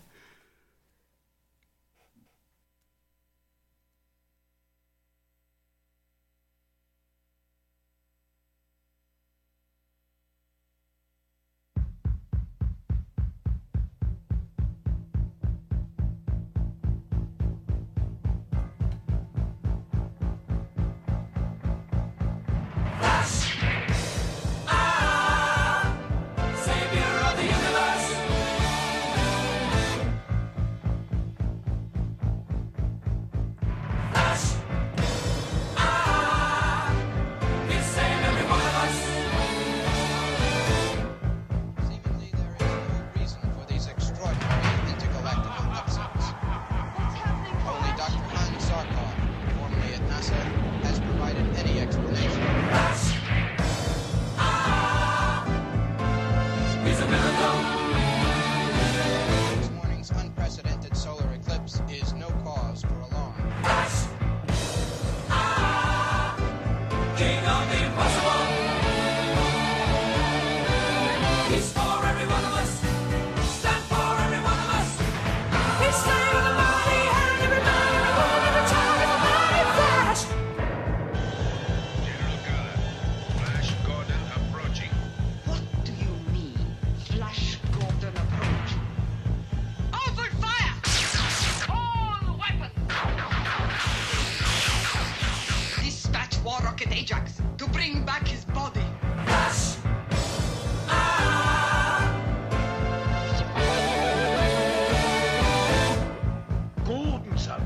Ajax to bring back his body. Golden son.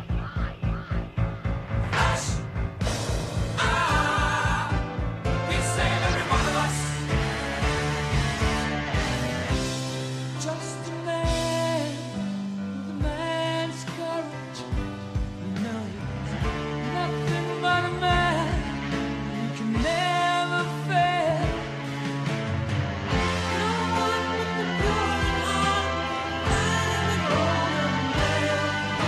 Just a man with a man's courage. You know he's nothing but a man. You can never fail. No one with the golden heart and the golden nail.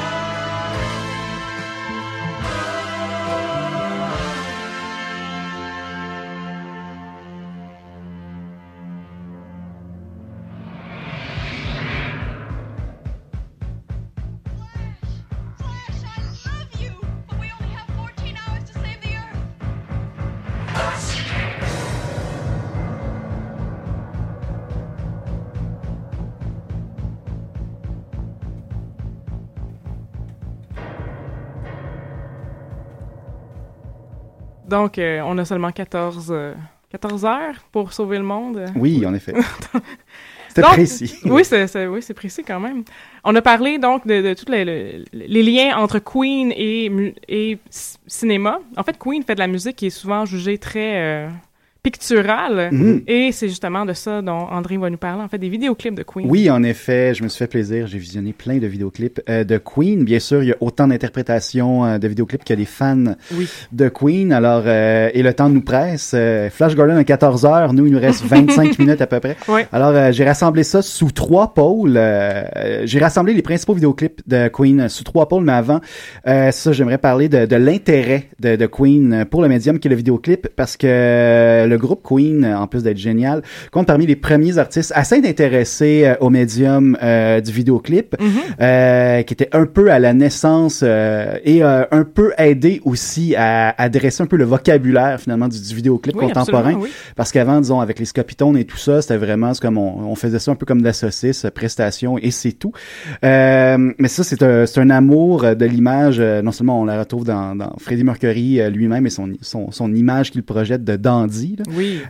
Donc, on a seulement 14 heures pour sauver le monde. Oui, en effet. C'était Donc, précis. Oui, c'est précis quand même. On a parlé donc de tous les liens entre Queen et cinéma. En fait, Queen fait de la musique qui est souvent jugée très picturale. Mhm. Et c'est justement de ça dont André va nous parler, en fait, des vidéoclips de Queen. Oui, en effet, je me suis fait plaisir. J'ai visionné plein de vidéoclips de Queen. Bien sûr, il y a autant d'interprétations de vidéoclips qu'il y a des fans de Queen. Alors, et le temps nous presse. Flash Gordon à 14 heures. Nous, il nous reste 25 minutes à peu près. Oui. Alors, j'ai rassemblé ça sous 3 pôles. J'ai rassemblé les principaux vidéoclips de Queen sous 3 pôles, mais avant, ça, j'aimerais parler de l'intérêt de Queen pour le médium qui est le vidéoclip, parce que le groupe Queen, en plus d'être génial, compte parmi les premiers artistes à s'être intéressés au médium du vidéoclip, qui était un peu à la naissance et un peu aidé aussi à dresser un peu le vocabulaire finalement du vidéoclip contemporain. Oui. Parce qu'avant, disons, avec les Scopitones et tout ça, c'était vraiment c'est comme on faisait ça un peu comme de la saucisse, prestation, et c'est tout. Mais ça, c'est un amour de l'image. Non seulement on la retrouve dans Freddie Mercury lui-même et son image qu'il projette de dandy. Là. Oui.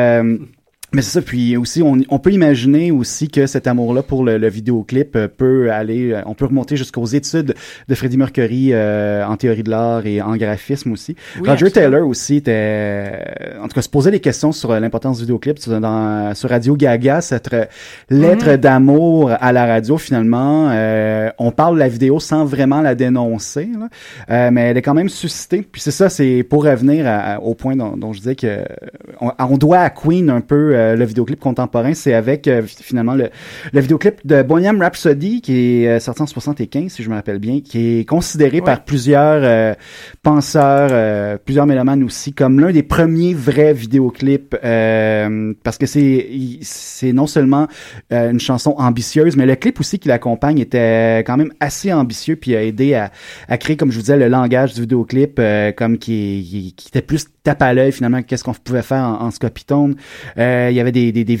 Mais c'est ça, puis aussi, on peut imaginer aussi que cet amour-là pour le vidéoclip peut aller, on peut remonter jusqu'aux études de Freddie Mercury en théorie de l'art et en graphisme aussi. Oui, Roger absolument. Taylor aussi était, en tout cas, se posait des questions sur l'importance du vidéoclip sur Radio Gaga, cette lettre d'amour à la radio finalement. On parle de la vidéo sans vraiment la dénoncer, là. Mais elle est quand même suscitée. Puis c'est ça, c'est pour revenir au point dont je disais que on doit à Queen un peu le vidéoclip contemporain, c'est avec finalement le vidéoclip de Bohemian Rhapsody qui est sorti en 75, si je me rappelle bien, qui est considéré par plusieurs penseurs, plusieurs mélomanes aussi, comme l'un des premiers vrais vidéoclips, parce que c'est non seulement une chanson ambitieuse, mais le clip aussi qui l'accompagne était quand même assez ambitieux, puis a aidé à créer, comme je vous disais, le langage du vidéoclip, comme qui était plus tape à l'œil finalement, qu'est-ce qu'on pouvait faire en Scopitone. Il y avait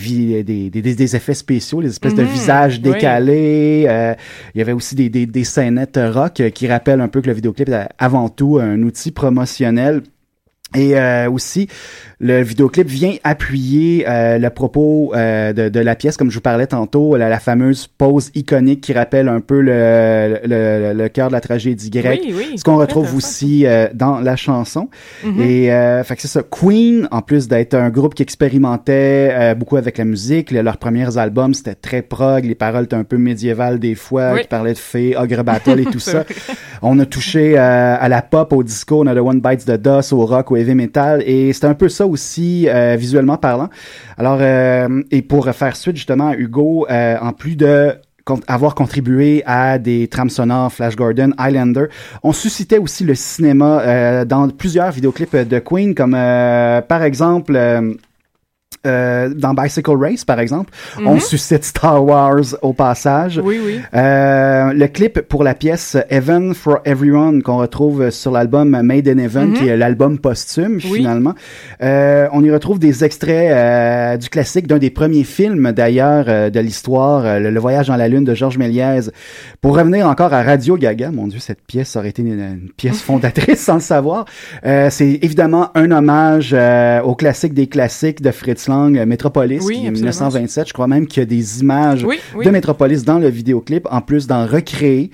des effets spéciaux, des espèces de visages décalés. Il y avait aussi des scénettes rock qui rappellent un peu que le vidéoclip est avant tout un outil promotionnel. Et aussi, le vidéoclip vient appuyer le propos de la pièce, comme je vous parlais tantôt, la fameuse pose iconique qui rappelle un peu le cœur de la tragédie grecque, ce qu'on retrouve aussi dans la chanson. Et fait que c'est ça. Queen, en plus d'être un groupe qui expérimentait beaucoup avec la musique, leurs premiers albums, c'était très prog, les paroles étaient un peu médiévales des fois, qui parlaient de fées, ogre battle et tout ça. On a touché à la pop, au disco, Another One Bites the Dust, au rock, au heavy metal, et c'était un peu ça aussi visuellement parlant. Alors, et pour faire suite justement à Hugo, en plus de avoir contribué à des trames sonores, Flash Gordon, Highlander, on suscitait aussi le cinéma dans plusieurs vidéoclips de Queen, comme par exemple dans Bicycle Race, par exemple, on suscite Star Wars au passage. Oui, oui. Le clip pour la pièce Heaven for Everyone qu'on retrouve sur l'album Made in Heaven, qui est l'album posthume, finalement. On y retrouve des extraits du classique d'un des premiers films, d'ailleurs, de l'histoire, le Voyage dans la Lune de Georges Méliès. Pour revenir encore à Radio Gaga, mon Dieu, cette pièce aurait été une pièce fondatrice sans le savoir. C'est évidemment un hommage au classique des classiques de Fritz Lang, Metropolis, qui est 1927. Je crois même qu'il y a des images de Metropolis dans le vidéoclip, en plus d'en recréer.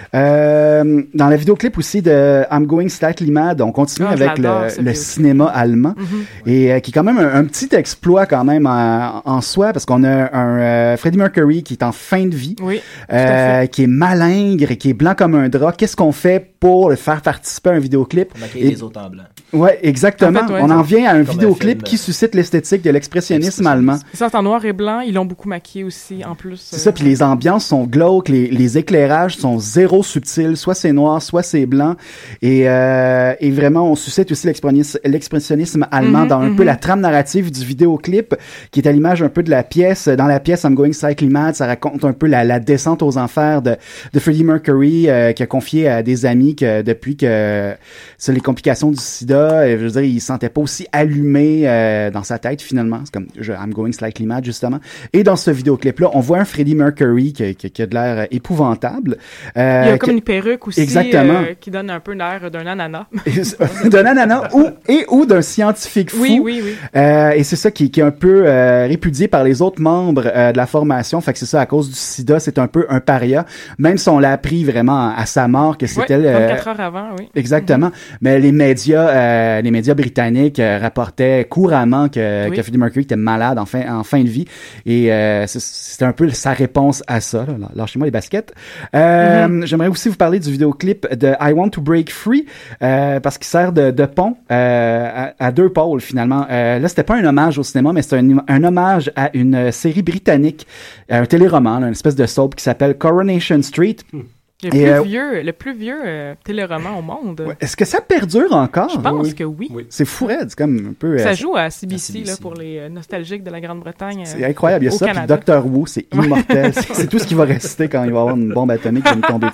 Dans le vidéoclip aussi de I'm Going Slightly Mad, on continue avec le cinéma allemand, et qui est quand même un petit exploit quand même en soi, parce qu'on a un Freddie Mercury qui est en fin de vie, qui est malingre et qui est blanc comme un drap. Qu'est-ce qu'on fait pour le faire participer à un vidéoclip? Pour maquiller les autres en blanc. Ouais, exactement. En fait, on en vient à un vidéoclip qui suscite l'esthétique de l'expressionnisme allemand. Ça, c'est en noir et blanc. Ils l'ont beaucoup maquillé aussi, en plus. C'est ça, puis les ambiances sont glauques, les éclairages sont zéro subtils. Soit c'est noir, soit c'est blanc. Et vraiment, on suscite aussi l'expressionnisme allemand dans un peu la trame narrative du vidéoclip, qui est à l'image un peu de la pièce. Dans la pièce I'm Going Slightly Mad, ça raconte un peu la descente aux enfers de Freddie Mercury, qui a confié à des amis que depuis que c'est les complications du sida, je veux dire, il se sentait pas aussi allumé dans sa tête finalement. C'est comme I'm Going Slightly Mad, justement. Et dans ce vidéoclip-là, on voit un Freddie Mercury qui a de l'air épouvantable. Il y a comme une perruque aussi, exactement. Qui donne un peu l'air d'un ananas. D'un ananas ou d'un scientifique fou. Oui. Et c'est ça qui est un peu répudié par les autres membres de la formation. Fait que c'est ça, à cause du sida, c'est un peu un paria. Même si on l'a appris vraiment à sa mort que c'était... 24 heures avant, oui. Exactement. Mais les médias britanniques rapportaient couramment que Freddie Mercury était malade en fin de vie. Et c'était un peu sa réponse à ça. Là. Lâchez-moi les baskets. J'aimerais aussi vous parler du vidéoclip de I Want to Break Free, parce qu'il sert de pont à deux pôles, finalement. Là, c'était pas un hommage au cinéma, mais c'est un hommage à une série britannique, un téléroman, là, une espèce de soap qui s'appelle Coronation Street. Le plus vieux téléroman au monde. Ouais. Est-ce que ça perdure encore? Je pense que oui. C'est fou raide, c'est comme un peu... Ça joue à CBC, là, pour les nostalgiques de la Grande-Bretagne. C'est incroyable, il y a ça, puis Doctor Who, c'est immortel. C'est tout ce qui va rester quand il va y avoir une bombe atomique qui va nous tomber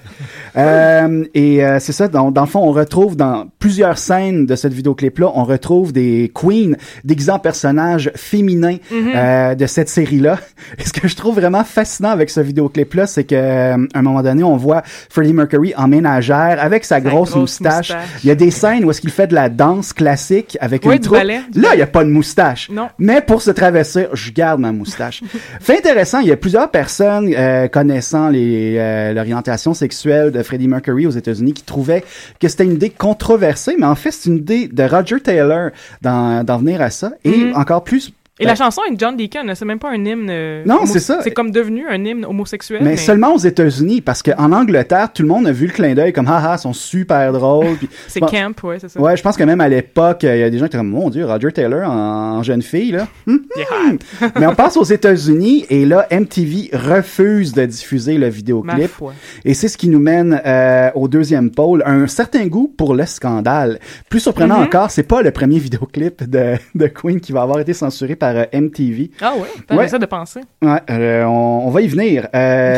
dessus. C'est ça, dans le fond, on retrouve dans plusieurs scènes de cette vidéoclip-là, on retrouve des queens déguisés en personnages féminins de cette série-là. Et ce que je trouve vraiment fascinant avec ce vidéoclip-là, c'est qu'à un moment donné, on voit Freddie Mercury en ménagère avec sa grosse moustache. Il y a des scènes où est-ce qu'il fait de la danse classique avec une troupe. Là, il n'y a pas de moustache. Non. Mais pour se traverser, je garde ma moustache. Fait intéressant, il y a plusieurs personnes connaissant l'orientation sexuelle de Freddie Mercury aux États-Unis qui trouvaient que c'était une idée controversée, mais en fait, c'est une idée de Roger Taylor d'en venir à ça. Et encore plus... Et la chanson avec John Deacon, c'est même pas un hymne... Non, c'est ça. C'est comme devenu un hymne homosexuel. Mais seulement aux États-Unis, parce qu'en Angleterre, tout le monde a vu le clin d'œil comme « Haha, ils sont super drôles. » C'est camp, ouais, c'est ça. Ouais, je pense que même à l'époque, il y a des gens qui étaient comme « Mon Dieu, Roger Taylor en jeune fille, là. » Mais on passe aux États-Unis, et là, MTV refuse de diffuser le vidéoclip. Et c'est ce qui nous mène au deuxième pôle, un certain goût pour le scandale. Plus surprenant encore, c'est pas le premier vidéoclip de Queen qui va avoir été censuré par MTV. Ah ouais? J'essaie de penser. Ouais, on va y venir.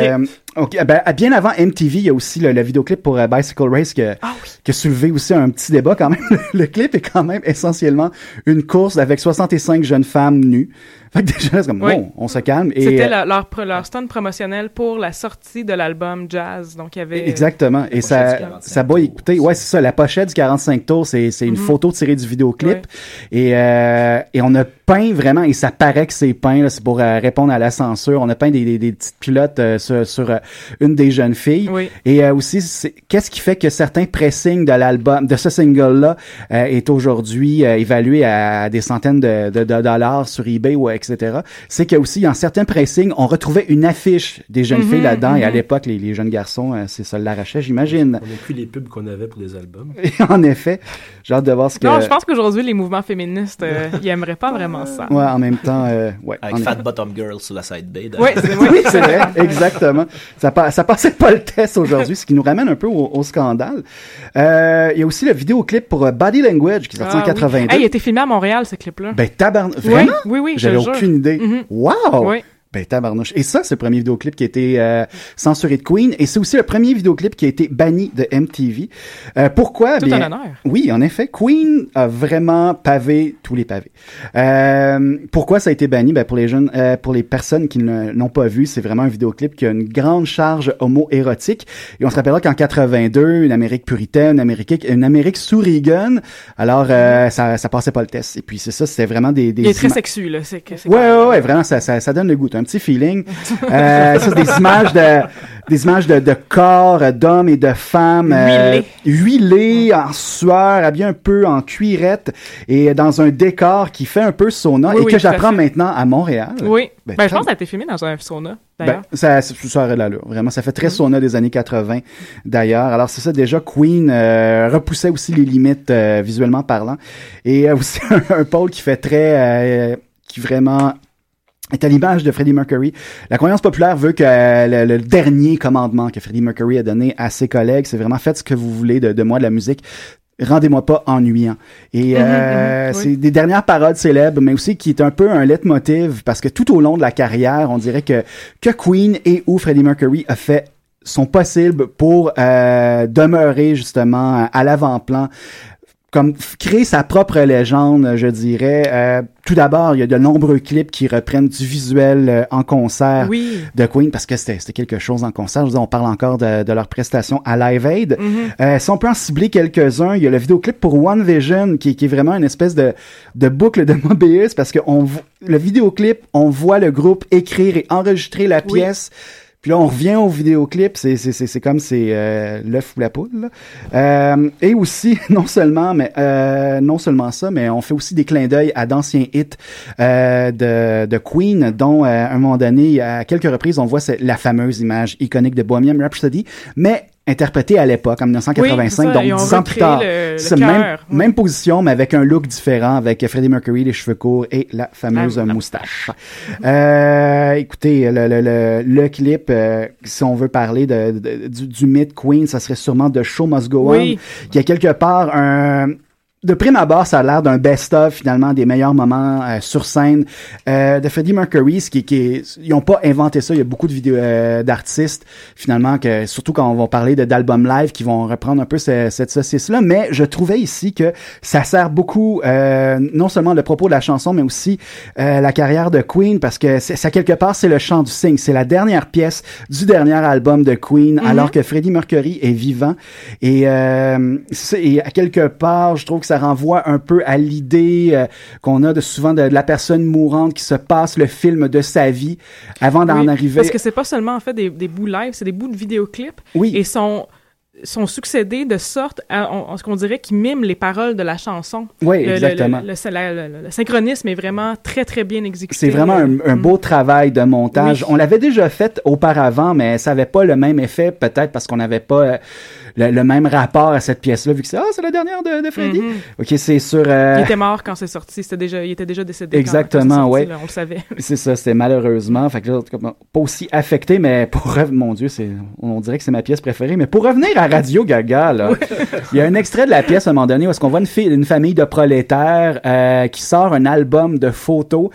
Okay, bien avant MTV, il y a aussi le vidéoclip pour Bicycle Race qui a soulevé aussi un petit débat quand même. Le clip est quand même essentiellement une course avec 65 jeunes femmes nues. Fait que déjà, c'est comme, bon, on se calme. C'était leur stunt promotionnel pour la sortie de l'album Jazz. Donc, il y avait... Exactement. Et ça va écouter. Ouais, c'est ça. La pochette du 45 tours, c'est une photo tirée du vidéoclip. Et on a peint vraiment, et ça paraît que c'est peint, là, c'est pour répondre à la censure. On a peint des petites pilotes sur une des jeunes filles. Et aussi, qu'est-ce qui fait que certains pressings de l'album, de ce single-là, est aujourd'hui évalué à des centaines de dollars sur eBay ou etc. C'est qu'il y a aussi, en certains pressings, on retrouvait une affiche des jeunes filles là-dedans, et à l'époque, les jeunes garçons, c'est ça l'arrachait, j'imagine. On n'a plus les pubs qu'on avait pour les albums. En effet. J'ai hâte de voir ce que... Non, je pense qu'aujourd'hui, les mouvements féministes, ils aimeraient pas vraiment ça. Ouais, en même temps, ouais. Avec Fat Bottom Girl sur la side B. Oui, c'est vrai, exactement. Ça passait pas le test aujourd'hui, ce qui nous ramène un peu au scandale. Il y a aussi le vidéoclip pour Body Language qui est sorti en 82. Oui. Hey, il a été filmé à Montréal, ce clip-là. Ben, Vraiment? Oui, J'avais aucune idée. Wow! Oui. Ben, tabarnouche. Et ça, c'est le premier vidéoclip qui a été censuré de Queen. Et c'est aussi le premier vidéoclip qui a été banni de MTV. Pourquoi? Tout un honneur. Oui, en effet. Queen a vraiment pavé tous les pavés. Pourquoi ça a été banni? Ben, pour les jeunes, pour les personnes qui ne l'ont pas vu, c'est vraiment un vidéoclip qui a une grande charge homo-érotique. Et on se rappellera qu'en 82, une Amérique puritaine, une Amérique sous Reagan. Alors, ça passait pas le test. Et puis, c'est ça, c'était vraiment des il est très sexu, là. Ouais, vraiment, ça donne le goût. Un petit feeling. Ça, c'est des images de corps d'hommes et de femmes huilés en sueur, habillés un peu en cuirette et dans un décor qui fait un peu sauna et que j'apprends maintenant à Montréal. Oui. Ben, je pense que ça a été filmé dans un sauna, d'ailleurs. Ça aurait de l'allure. Vraiment, ça fait très sauna des années 80, d'ailleurs. Alors, c'est ça, déjà, Queen repoussait aussi les limites visuellement parlant. Et aussi un pôle qui fait qui vraiment est à l'image de Freddie Mercury. La croyance populaire veut que le dernier commandement que Freddie Mercury a donné à ses collègues, c'est vraiment faites ce que vous voulez de moi, de la musique. Rendez-moi pas ennuyant. Et c'est des dernières paroles célèbres, mais aussi qui est un peu un leitmotiv, parce que tout au long de la carrière, on dirait que Queen et ou Freddie Mercury a fait son possible pour demeurer justement à l'avant-plan, comme créer sa propre légende, je dirais. Tout d'abord, il y a de nombreux clips qui reprennent du visuel en concert de Queen, parce que c'était quelque chose en concert. Je veux dire, on parle encore de leur prestation à Live Aid. Si on peut en cibler quelques-uns, il y a le vidéoclip pour One Vision, qui est vraiment une espèce de boucle de Mobius, parce que le vidéoclip, on voit le groupe écrire et enregistrer la pièce. Puis là, on revient au vidéoclip, c'est comme l'œuf ou la poule. Et aussi, non seulement ça, mais on fait aussi des clins d'œil à d'anciens hits de Queen, dont à un moment donné, à quelques reprises, on voit la fameuse image iconique de Bohemian Rhapsody, mais interprété à l'époque, en 1985, donc 10 ans plus tard. Même position, mais avec un look différent, avec Freddie Mercury, les cheveux courts et la fameuse moustache. Écoutez, le clip, si on veut parler du mythe Queen, ça serait sûrement The Show Must Go On, qui a quelque part de prime abord, ça a l'air d'un best-of, finalement, des meilleurs moments sur scène de Freddie Mercury, ils ont pas inventé ça. Il y a beaucoup de vidéos d'artistes, finalement, surtout quand on va parler d'albums live, qui vont reprendre un peu cette saucisse-là. Mais je trouvais ici que ça sert beaucoup, non seulement le propos de la chanson, mais aussi la carrière de Queen, parce que ça, quelque part, c'est le chant du cygne. C'est la dernière pièce du dernier album de Queen, alors que Freddie Mercury est vivant. Et à quelque part, je trouve que ça renvoie un peu à l'idée qu'on a souvent de la personne mourante qui se passe le film de sa vie avant d'en arriver. Parce que c'est pas seulement en fait des bouts live, c'est des bouts de vidéoclips. Et sont succédés de sorte à ce qu'on dirait qu'ils miment les paroles de la chanson. Oui, exactement. Le synchronisme est vraiment très, très bien exécuté. C'est vraiment un beau travail de montage. On l'avait déjà fait auparavant, mais ça n'avait pas le même effet, peut-être parce qu'on n'avait pas le même rapport à cette pièce-là, vu que c'est la dernière de Freddie. OK, c'est sur... Il était mort quand c'est sorti. Il était déjà décédé. Exactement, oui. On le savait. C'est ça, c'était malheureusement. Fait que là, pas aussi affecté, mais mon Dieu, on dirait que c'est ma pièce préférée. Mais pour revenir à Radio Gaga, là, il y a un extrait de la pièce à un moment donné où est-ce qu'on voit une famille de prolétaires qui sort un album de photos,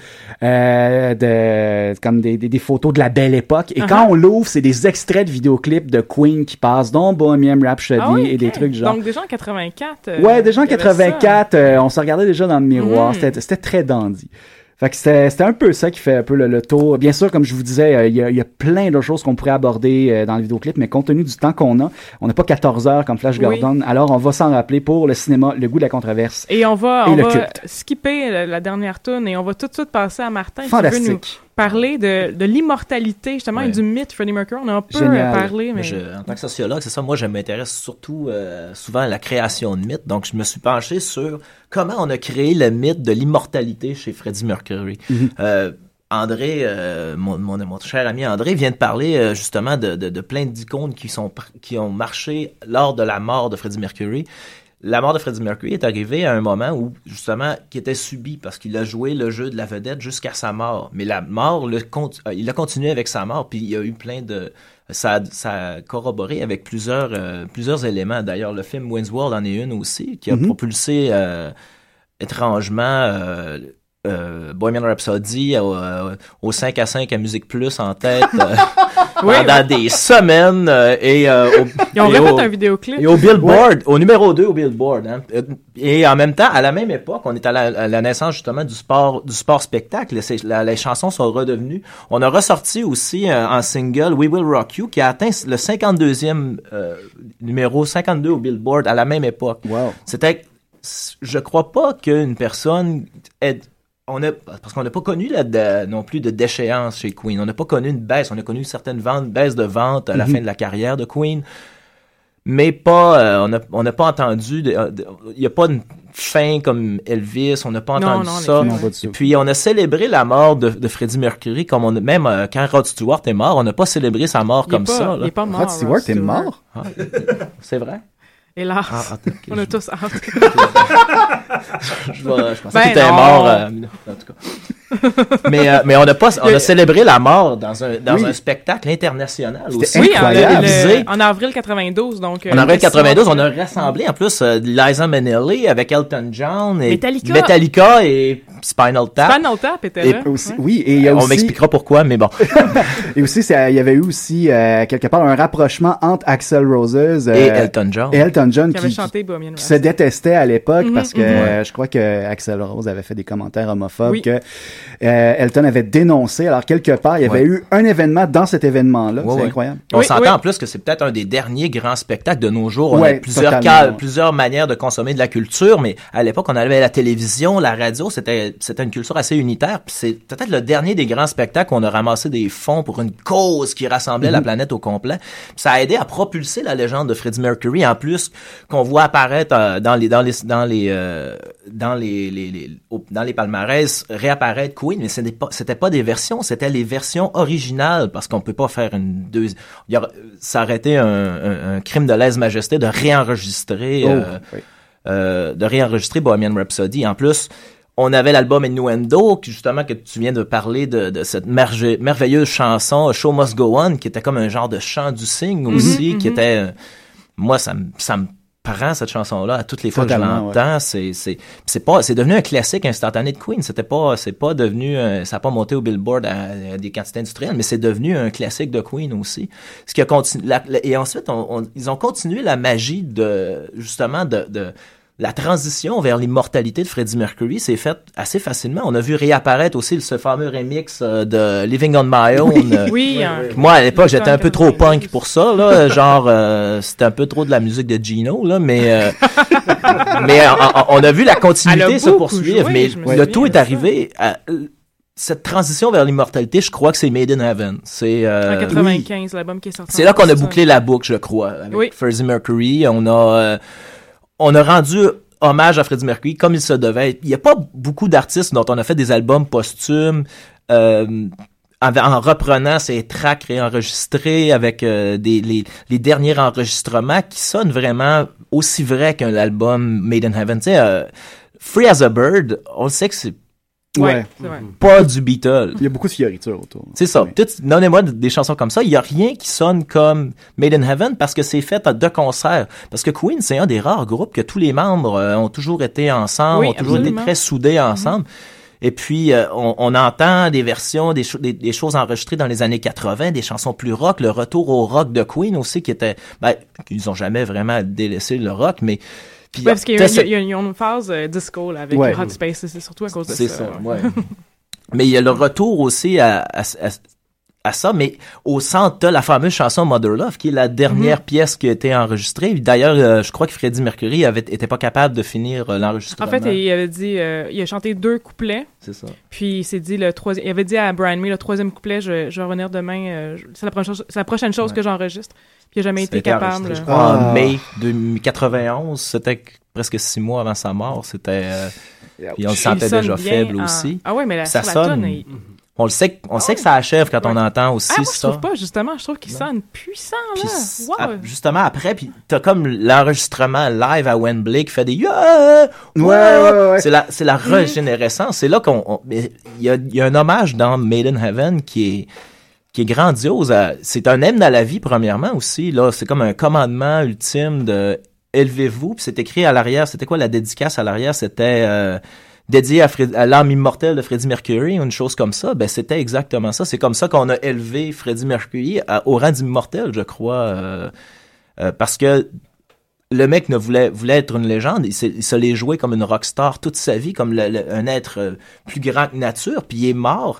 comme des photos de la belle époque. Et quand on l'ouvre, c'est des extraits de vidéoclips de Queen qui passent, dont Bohemian Rhapsody et des trucs genre. Donc déjà en 84. Ouais, déjà en 84, on se regardait déjà dans le miroir. C'était très dandy. Fait que c'était un peu ça qui fait un peu le tour. Bien sûr, comme je vous disais, il y a plein de choses qu'on pourrait aborder dans le vidéoclip, mais compte tenu du temps qu'on n'a pas 14 heures comme Flash Gordon, alors on va s'en rappeler pour le cinéma, le goût de la controverse. Et on va skipper la dernière tune et on va tout de suite passer à Martin. Fantastique. Qui veut nous parler de l'immortalité, justement, et du mythe Freddie Mercury. On a un peu parlé, mais... En tant que sociologue, c'est ça, moi, je m'intéresse surtout souvent à la création de mythes. Donc, je me suis penché sur comment on a créé le mythe de l'immortalité chez Freddie Mercury. André, mon cher ami André, vient de parler justement de plein d'icônes qui ont marché lors de la mort de Freddie Mercury. la mort de Freddie Mercury est arrivée à un moment où, justement, qui était subi parce qu'il a joué le jeu de la vedette jusqu'à sa mort. Mais la mort, il a continué avec sa mort, puis il y a eu plein de... Ça a corroboré avec plusieurs éléments. D'ailleurs, le film Wayne's World en est une aussi, qui a propulsé étrangement Bohemian Rhapsody au 5-5 à Musique Plus en tête pendant des semaines Ils ont refait un vidéoclip. Et au Billboard, au numéro 2 au Billboard. Hein. Et en même temps, à la même époque, on est à la naissance justement du sport spectacle. Les chansons sont redevenues. On a ressorti aussi en single We Will Rock You qui a atteint le 52e numéro 52 au Billboard à la même époque. Wow. Je crois pas qu'une personne parce qu'on n'a pas connu non plus de déchéance chez Queen. On n'a pas connu une baisse. On a connu certaines baisses de vente à la fin de la carrière de Queen. Mais pas, on n'a pas entendu, il n'y a pas une fin comme Elvis, on n'a pas entendu ça. Et puis, on a célébré la mort de Freddie Mercury, même quand Rod Stewart est mort, on n'a pas célébré sa mort comme ça. Il n'est pas mort. Rod Stewart est mort? Ah, c'est vrai? Hélas, on a tous hâte. Je pensais qu'il était mort, en tout cas. Mais on a célébré la mort dans un spectacle international aussi. Oui, en avril 92. Donc, en avril 92, on a rassemblé en plus Liza Minnelli avec Elton John et Metallica et Spinal Tap. Spinal Tap était là. Aussi, oui, et il y a aussi... On m'expliquera pourquoi, mais bon. Et aussi, il y avait eu aussi, quelque part, un rapprochement entre Axl Rose et Elton John. Qui avait chanté Bohemian Rhapsody. Qui se détestait à l'époque parce que je crois que Axl Rose avait fait des commentaires homophobes que Elton avait dénoncé. Alors, quelque part, il y avait eu un événement dans cet événement-là. C'est incroyable. On s'entend en plus que c'est peut-être un des derniers grands spectacles de nos jours. On a plusieurs manières de consommer de la culture, mais à l'époque, on avait la télévision, la radio, c'était une culture assez unitaire. Puis c'est peut-être le dernier des grands spectacles où on a ramassé des fonds pour une cause qui rassemblait la planète au complet. Puis ça a aidé à propulser la légende de Freddie Mercury. En plus, qu'on voit apparaître dans les palmarès, réapparaître Queen, mais c'était pas des versions, c'était les versions originales, parce qu'on peut pas faire une deuxième. Ça aurait été un crime de lèse-majesté de réenregistrer Bohemian Rhapsody. En plus, on avait l'album Innuendo, justement, que tu viens de parler de cette merveilleuse chanson Show Must Go On, qui était comme un genre de chant du cygne aussi, qui était... Moi, ça me prend cette chanson-là à toutes les fois que je l'entends. C'est devenu un classique instantané de Queen. C'est pas devenu, ça a pas monté au Billboard à des quantités industrielles, mais c'est devenu un classique de Queen aussi. Ce qui a continué, et ensuite, ils ont continué la magie de la transition vers l'immortalité de Freddie Mercury s'est faite assez facilement. On a vu réapparaître aussi ce fameux remix de Living on My Own. Moi, à l'époque, j'étais un peu trop punk pour ça, là. Genre, c'était un peu trop de la musique de Gino, là, mais on a vu la continuité se poursuivre, mais le tout est arrivé à... Cette transition vers l'immortalité, je crois que c'est Made in Heaven. C'est en 95, l'album qui est sorti. C'est là qu'on a bouclé la boucle, je crois, avec Freddie Mercury. On a rendu hommage à Freddie Mercury comme il se devait. Il n'y a pas beaucoup d'artistes dont on a fait des albums posthumes en reprenant ces tracks réenregistrés avec les derniers enregistrements qui sonnent vraiment aussi vrai qu'un album Made in Heaven. Tu sais, Free as a Bird, on sait que c'est pas du Beatles. Il y a beaucoup de fioritures autour. C'est ça. Donnez-moi des chansons comme ça. Il y a rien qui sonne comme Made in Heaven parce que c'est fait à 2 concerts. Parce que Queen, c'est un des rares groupes que tous les membres ont toujours été ensemble, ont toujours été très soudés ensemble. Et puis, on entend des versions, des choses enregistrées dans les années 80, des chansons plus rock, le retour au rock de Queen aussi, qui était, ils ont jamais vraiment délaissé le rock, mais puis, parce qu'il y a une phase disco là, avec Hot Space, c'est surtout à cause de ça. C'est ça, Mais il y a le retour aussi à ça, mais au centre, t'as la fameuse chanson Mother Love, qui est la dernière pièce qui a été enregistrée. D'ailleurs, je crois que Freddie Mercury était pas capable de finir l'enregistrement. En fait, il avait dit, il a chanté 2 couplets. C'est ça. Puis il s'est dit il avait dit à Brian May, le 3e couplet, je vais revenir demain, c'est la prochaine chose que j'enregistre. Puis il n'a jamais été capable. Je crois en mai 2091, c'était presque 6 mois avant sa mort. C'était, et on le sentait déjà faible aussi. Ah ouais, mais ça sur sonne. la tonne, On le sait que ça achève quand on entend aussi moi, ça. je trouve pas, justement. Je trouve qu'il sonne puissant, Puis là. Wow. justement, après, puis t'as comme l'enregistrement live à Wembley qui fait des yeah! Ouais. C'est la régénérescence. C'est là il y a un hommage dans Made in Heaven qui est grandiose. C'est un hymne à la vie, premièrement, aussi. Là, c'est comme un commandement ultime de élevez-vous. Puis c'est écrit à l'arrière. C'était quoi la dédicace à l'arrière? C'était dédié à l'âme immortelle de Freddie Mercury, une chose comme ça. Ben, c'était exactement ça. C'est comme ça qu'on a élevé Freddie Mercury au rang d'immortel, je crois. Parce que le mec voulait être une légende. Il se l'est joué comme une rockstar toute sa vie, comme un être plus grand que nature. Puis il est mort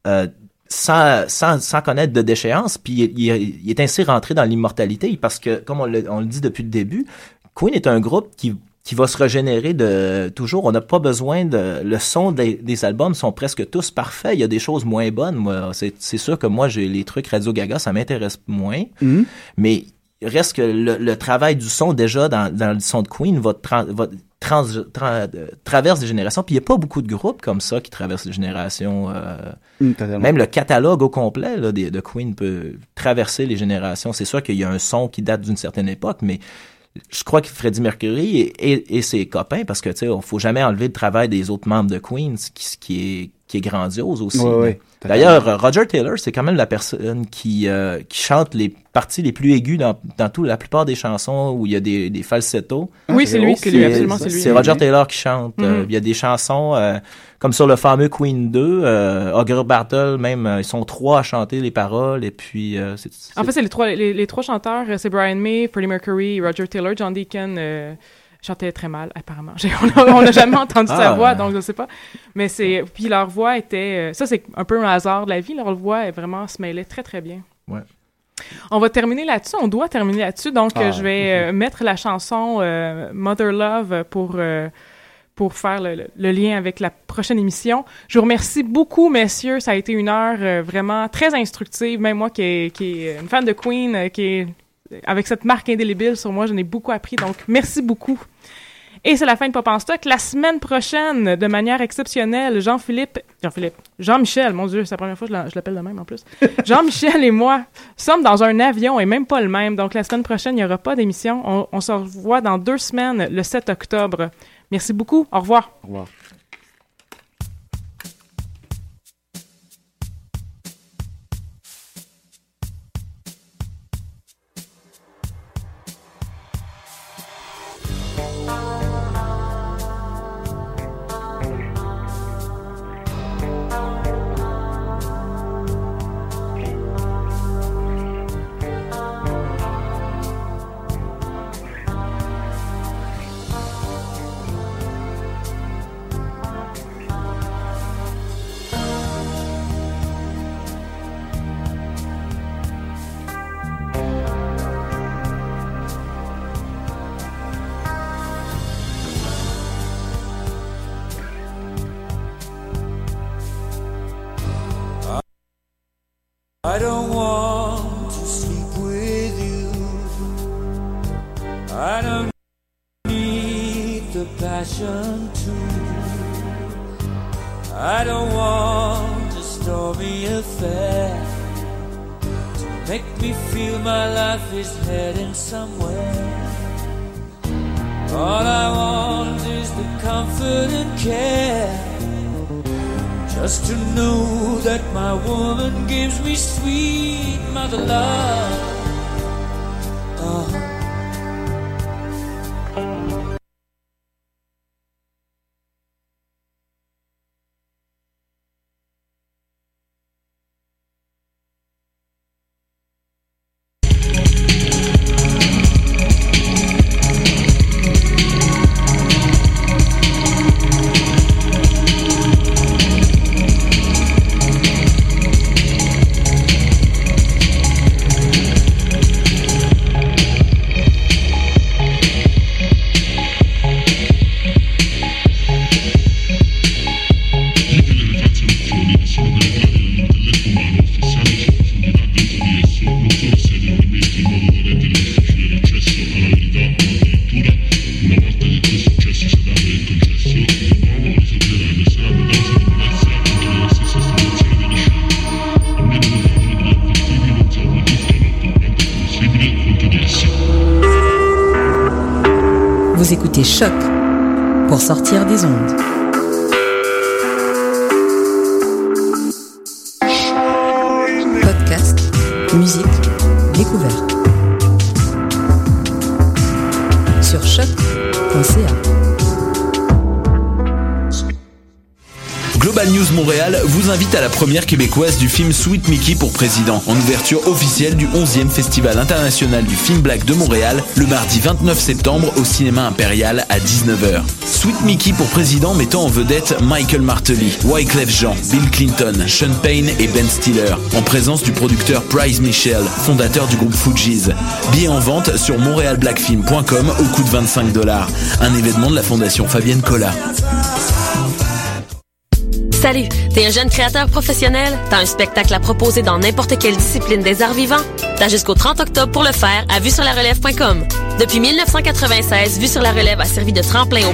sans connaître de déchéance. Puis il est ainsi rentré dans l'immortalité parce que, comme on le dit depuis le début, Queen est un groupe qui va se régénérer toujours. On n'a pas besoin le son des albums sont presque tous parfaits. Il y a des choses moins bonnes. Moi, c'est sûr que moi, j'ai les trucs Radio Gaga, ça m'intéresse moins. Mais il reste que le travail du son, déjà, dans le son de Queen, traverse des générations. Puis il n'y a pas beaucoup de groupes comme ça qui traversent les générations. Même le catalogue au complet là, de Queen peut traverser les générations. C'est sûr qu'il y a un son qui date d'une certaine époque, mais je crois que Freddie Mercury et ses copains, parce que tu sais, il faut jamais enlever le travail des autres membres de Queen, ce qui est grandiose aussi. Ouais, d'ailleurs, Roger Taylor, c'est quand même la personne qui chante les parties les plus aiguës dans la plupart des chansons où il y a des falsettos. Oui, c'est lui, absolument, c'est lui. C'est Roger Taylor qui chante. Il y a des chansons comme sur le fameux Queen 2, Augur Bartle, même, ils sont 3 à chanter les paroles, et puis... En fait, c'est les trois chanteurs, c'est Brian May, Freddie Mercury, Roger Taylor. John Deacon chantait très mal, apparemment. On n'a jamais entendu sa voix, donc je ne sais pas. Mais puis leur voix était... ça, c'est un peu un hasard de la vie. Leur voix, vraiment, se mêlait très, très bien. Ouais. On va terminer là-dessus. On doit terminer là-dessus. Donc, je vais mettre la chanson Mother Love pour faire le lien avec la prochaine émission. Je vous remercie beaucoup, messieurs. Ça a été une heure vraiment très instructive. Même moi qui est une fan de Queen, avec cette marque indélébile sur moi, j'en ai beaucoup appris. Donc, merci beaucoup. Et c'est la fin de Pop en Stock. La semaine prochaine, de manière exceptionnelle, Jean-Michel, mon Dieu, c'est la première fois que je l'appelle de même en plus. Jean-Michel et moi sommes dans un avion et même pas le même. Donc, la semaine prochaine, il n'y aura pas d'émission. On se revoit dans 2 semaines, le 7 octobre. Merci beaucoup. Au revoir. Au revoir. I don't want to sleep with you. I don't need the passion too. I don't want a stormy affair to make me feel my life is heading somewhere. All I want is the comfort and care, just to know that my woman gives me sweet mother love. Vous écoutez Choc pour sortir des ondes. Podcast, musique, découverte. Sur choc.ca. Global News Montréal vous invite à la première québécoise du film Sweet Mickey pour président, en ouverture officielle du 11e Festival international du film black de Montréal, le mardi 29 septembre au cinéma Impérial à 19h. Sweet Mickey pour président mettant en vedette Michael Martelly, Wyclef Jean, Bill Clinton, Sean Payne et Ben Stiller, en présence du producteur Price Michel, fondateur du groupe Fugees. Billets en vente sur montrealblackfilm.com au coût de $25. Un événement de la Fondation Fabienne Collat. Salut, t'es un jeune créateur professionnel? T'as un spectacle à proposer dans n'importe quelle discipline des arts vivants? T'as jusqu'au 30 octobre pour le faire à vuesurlarelève.com. Depuis 1996, Vue sur la Relève a servi de tremplin au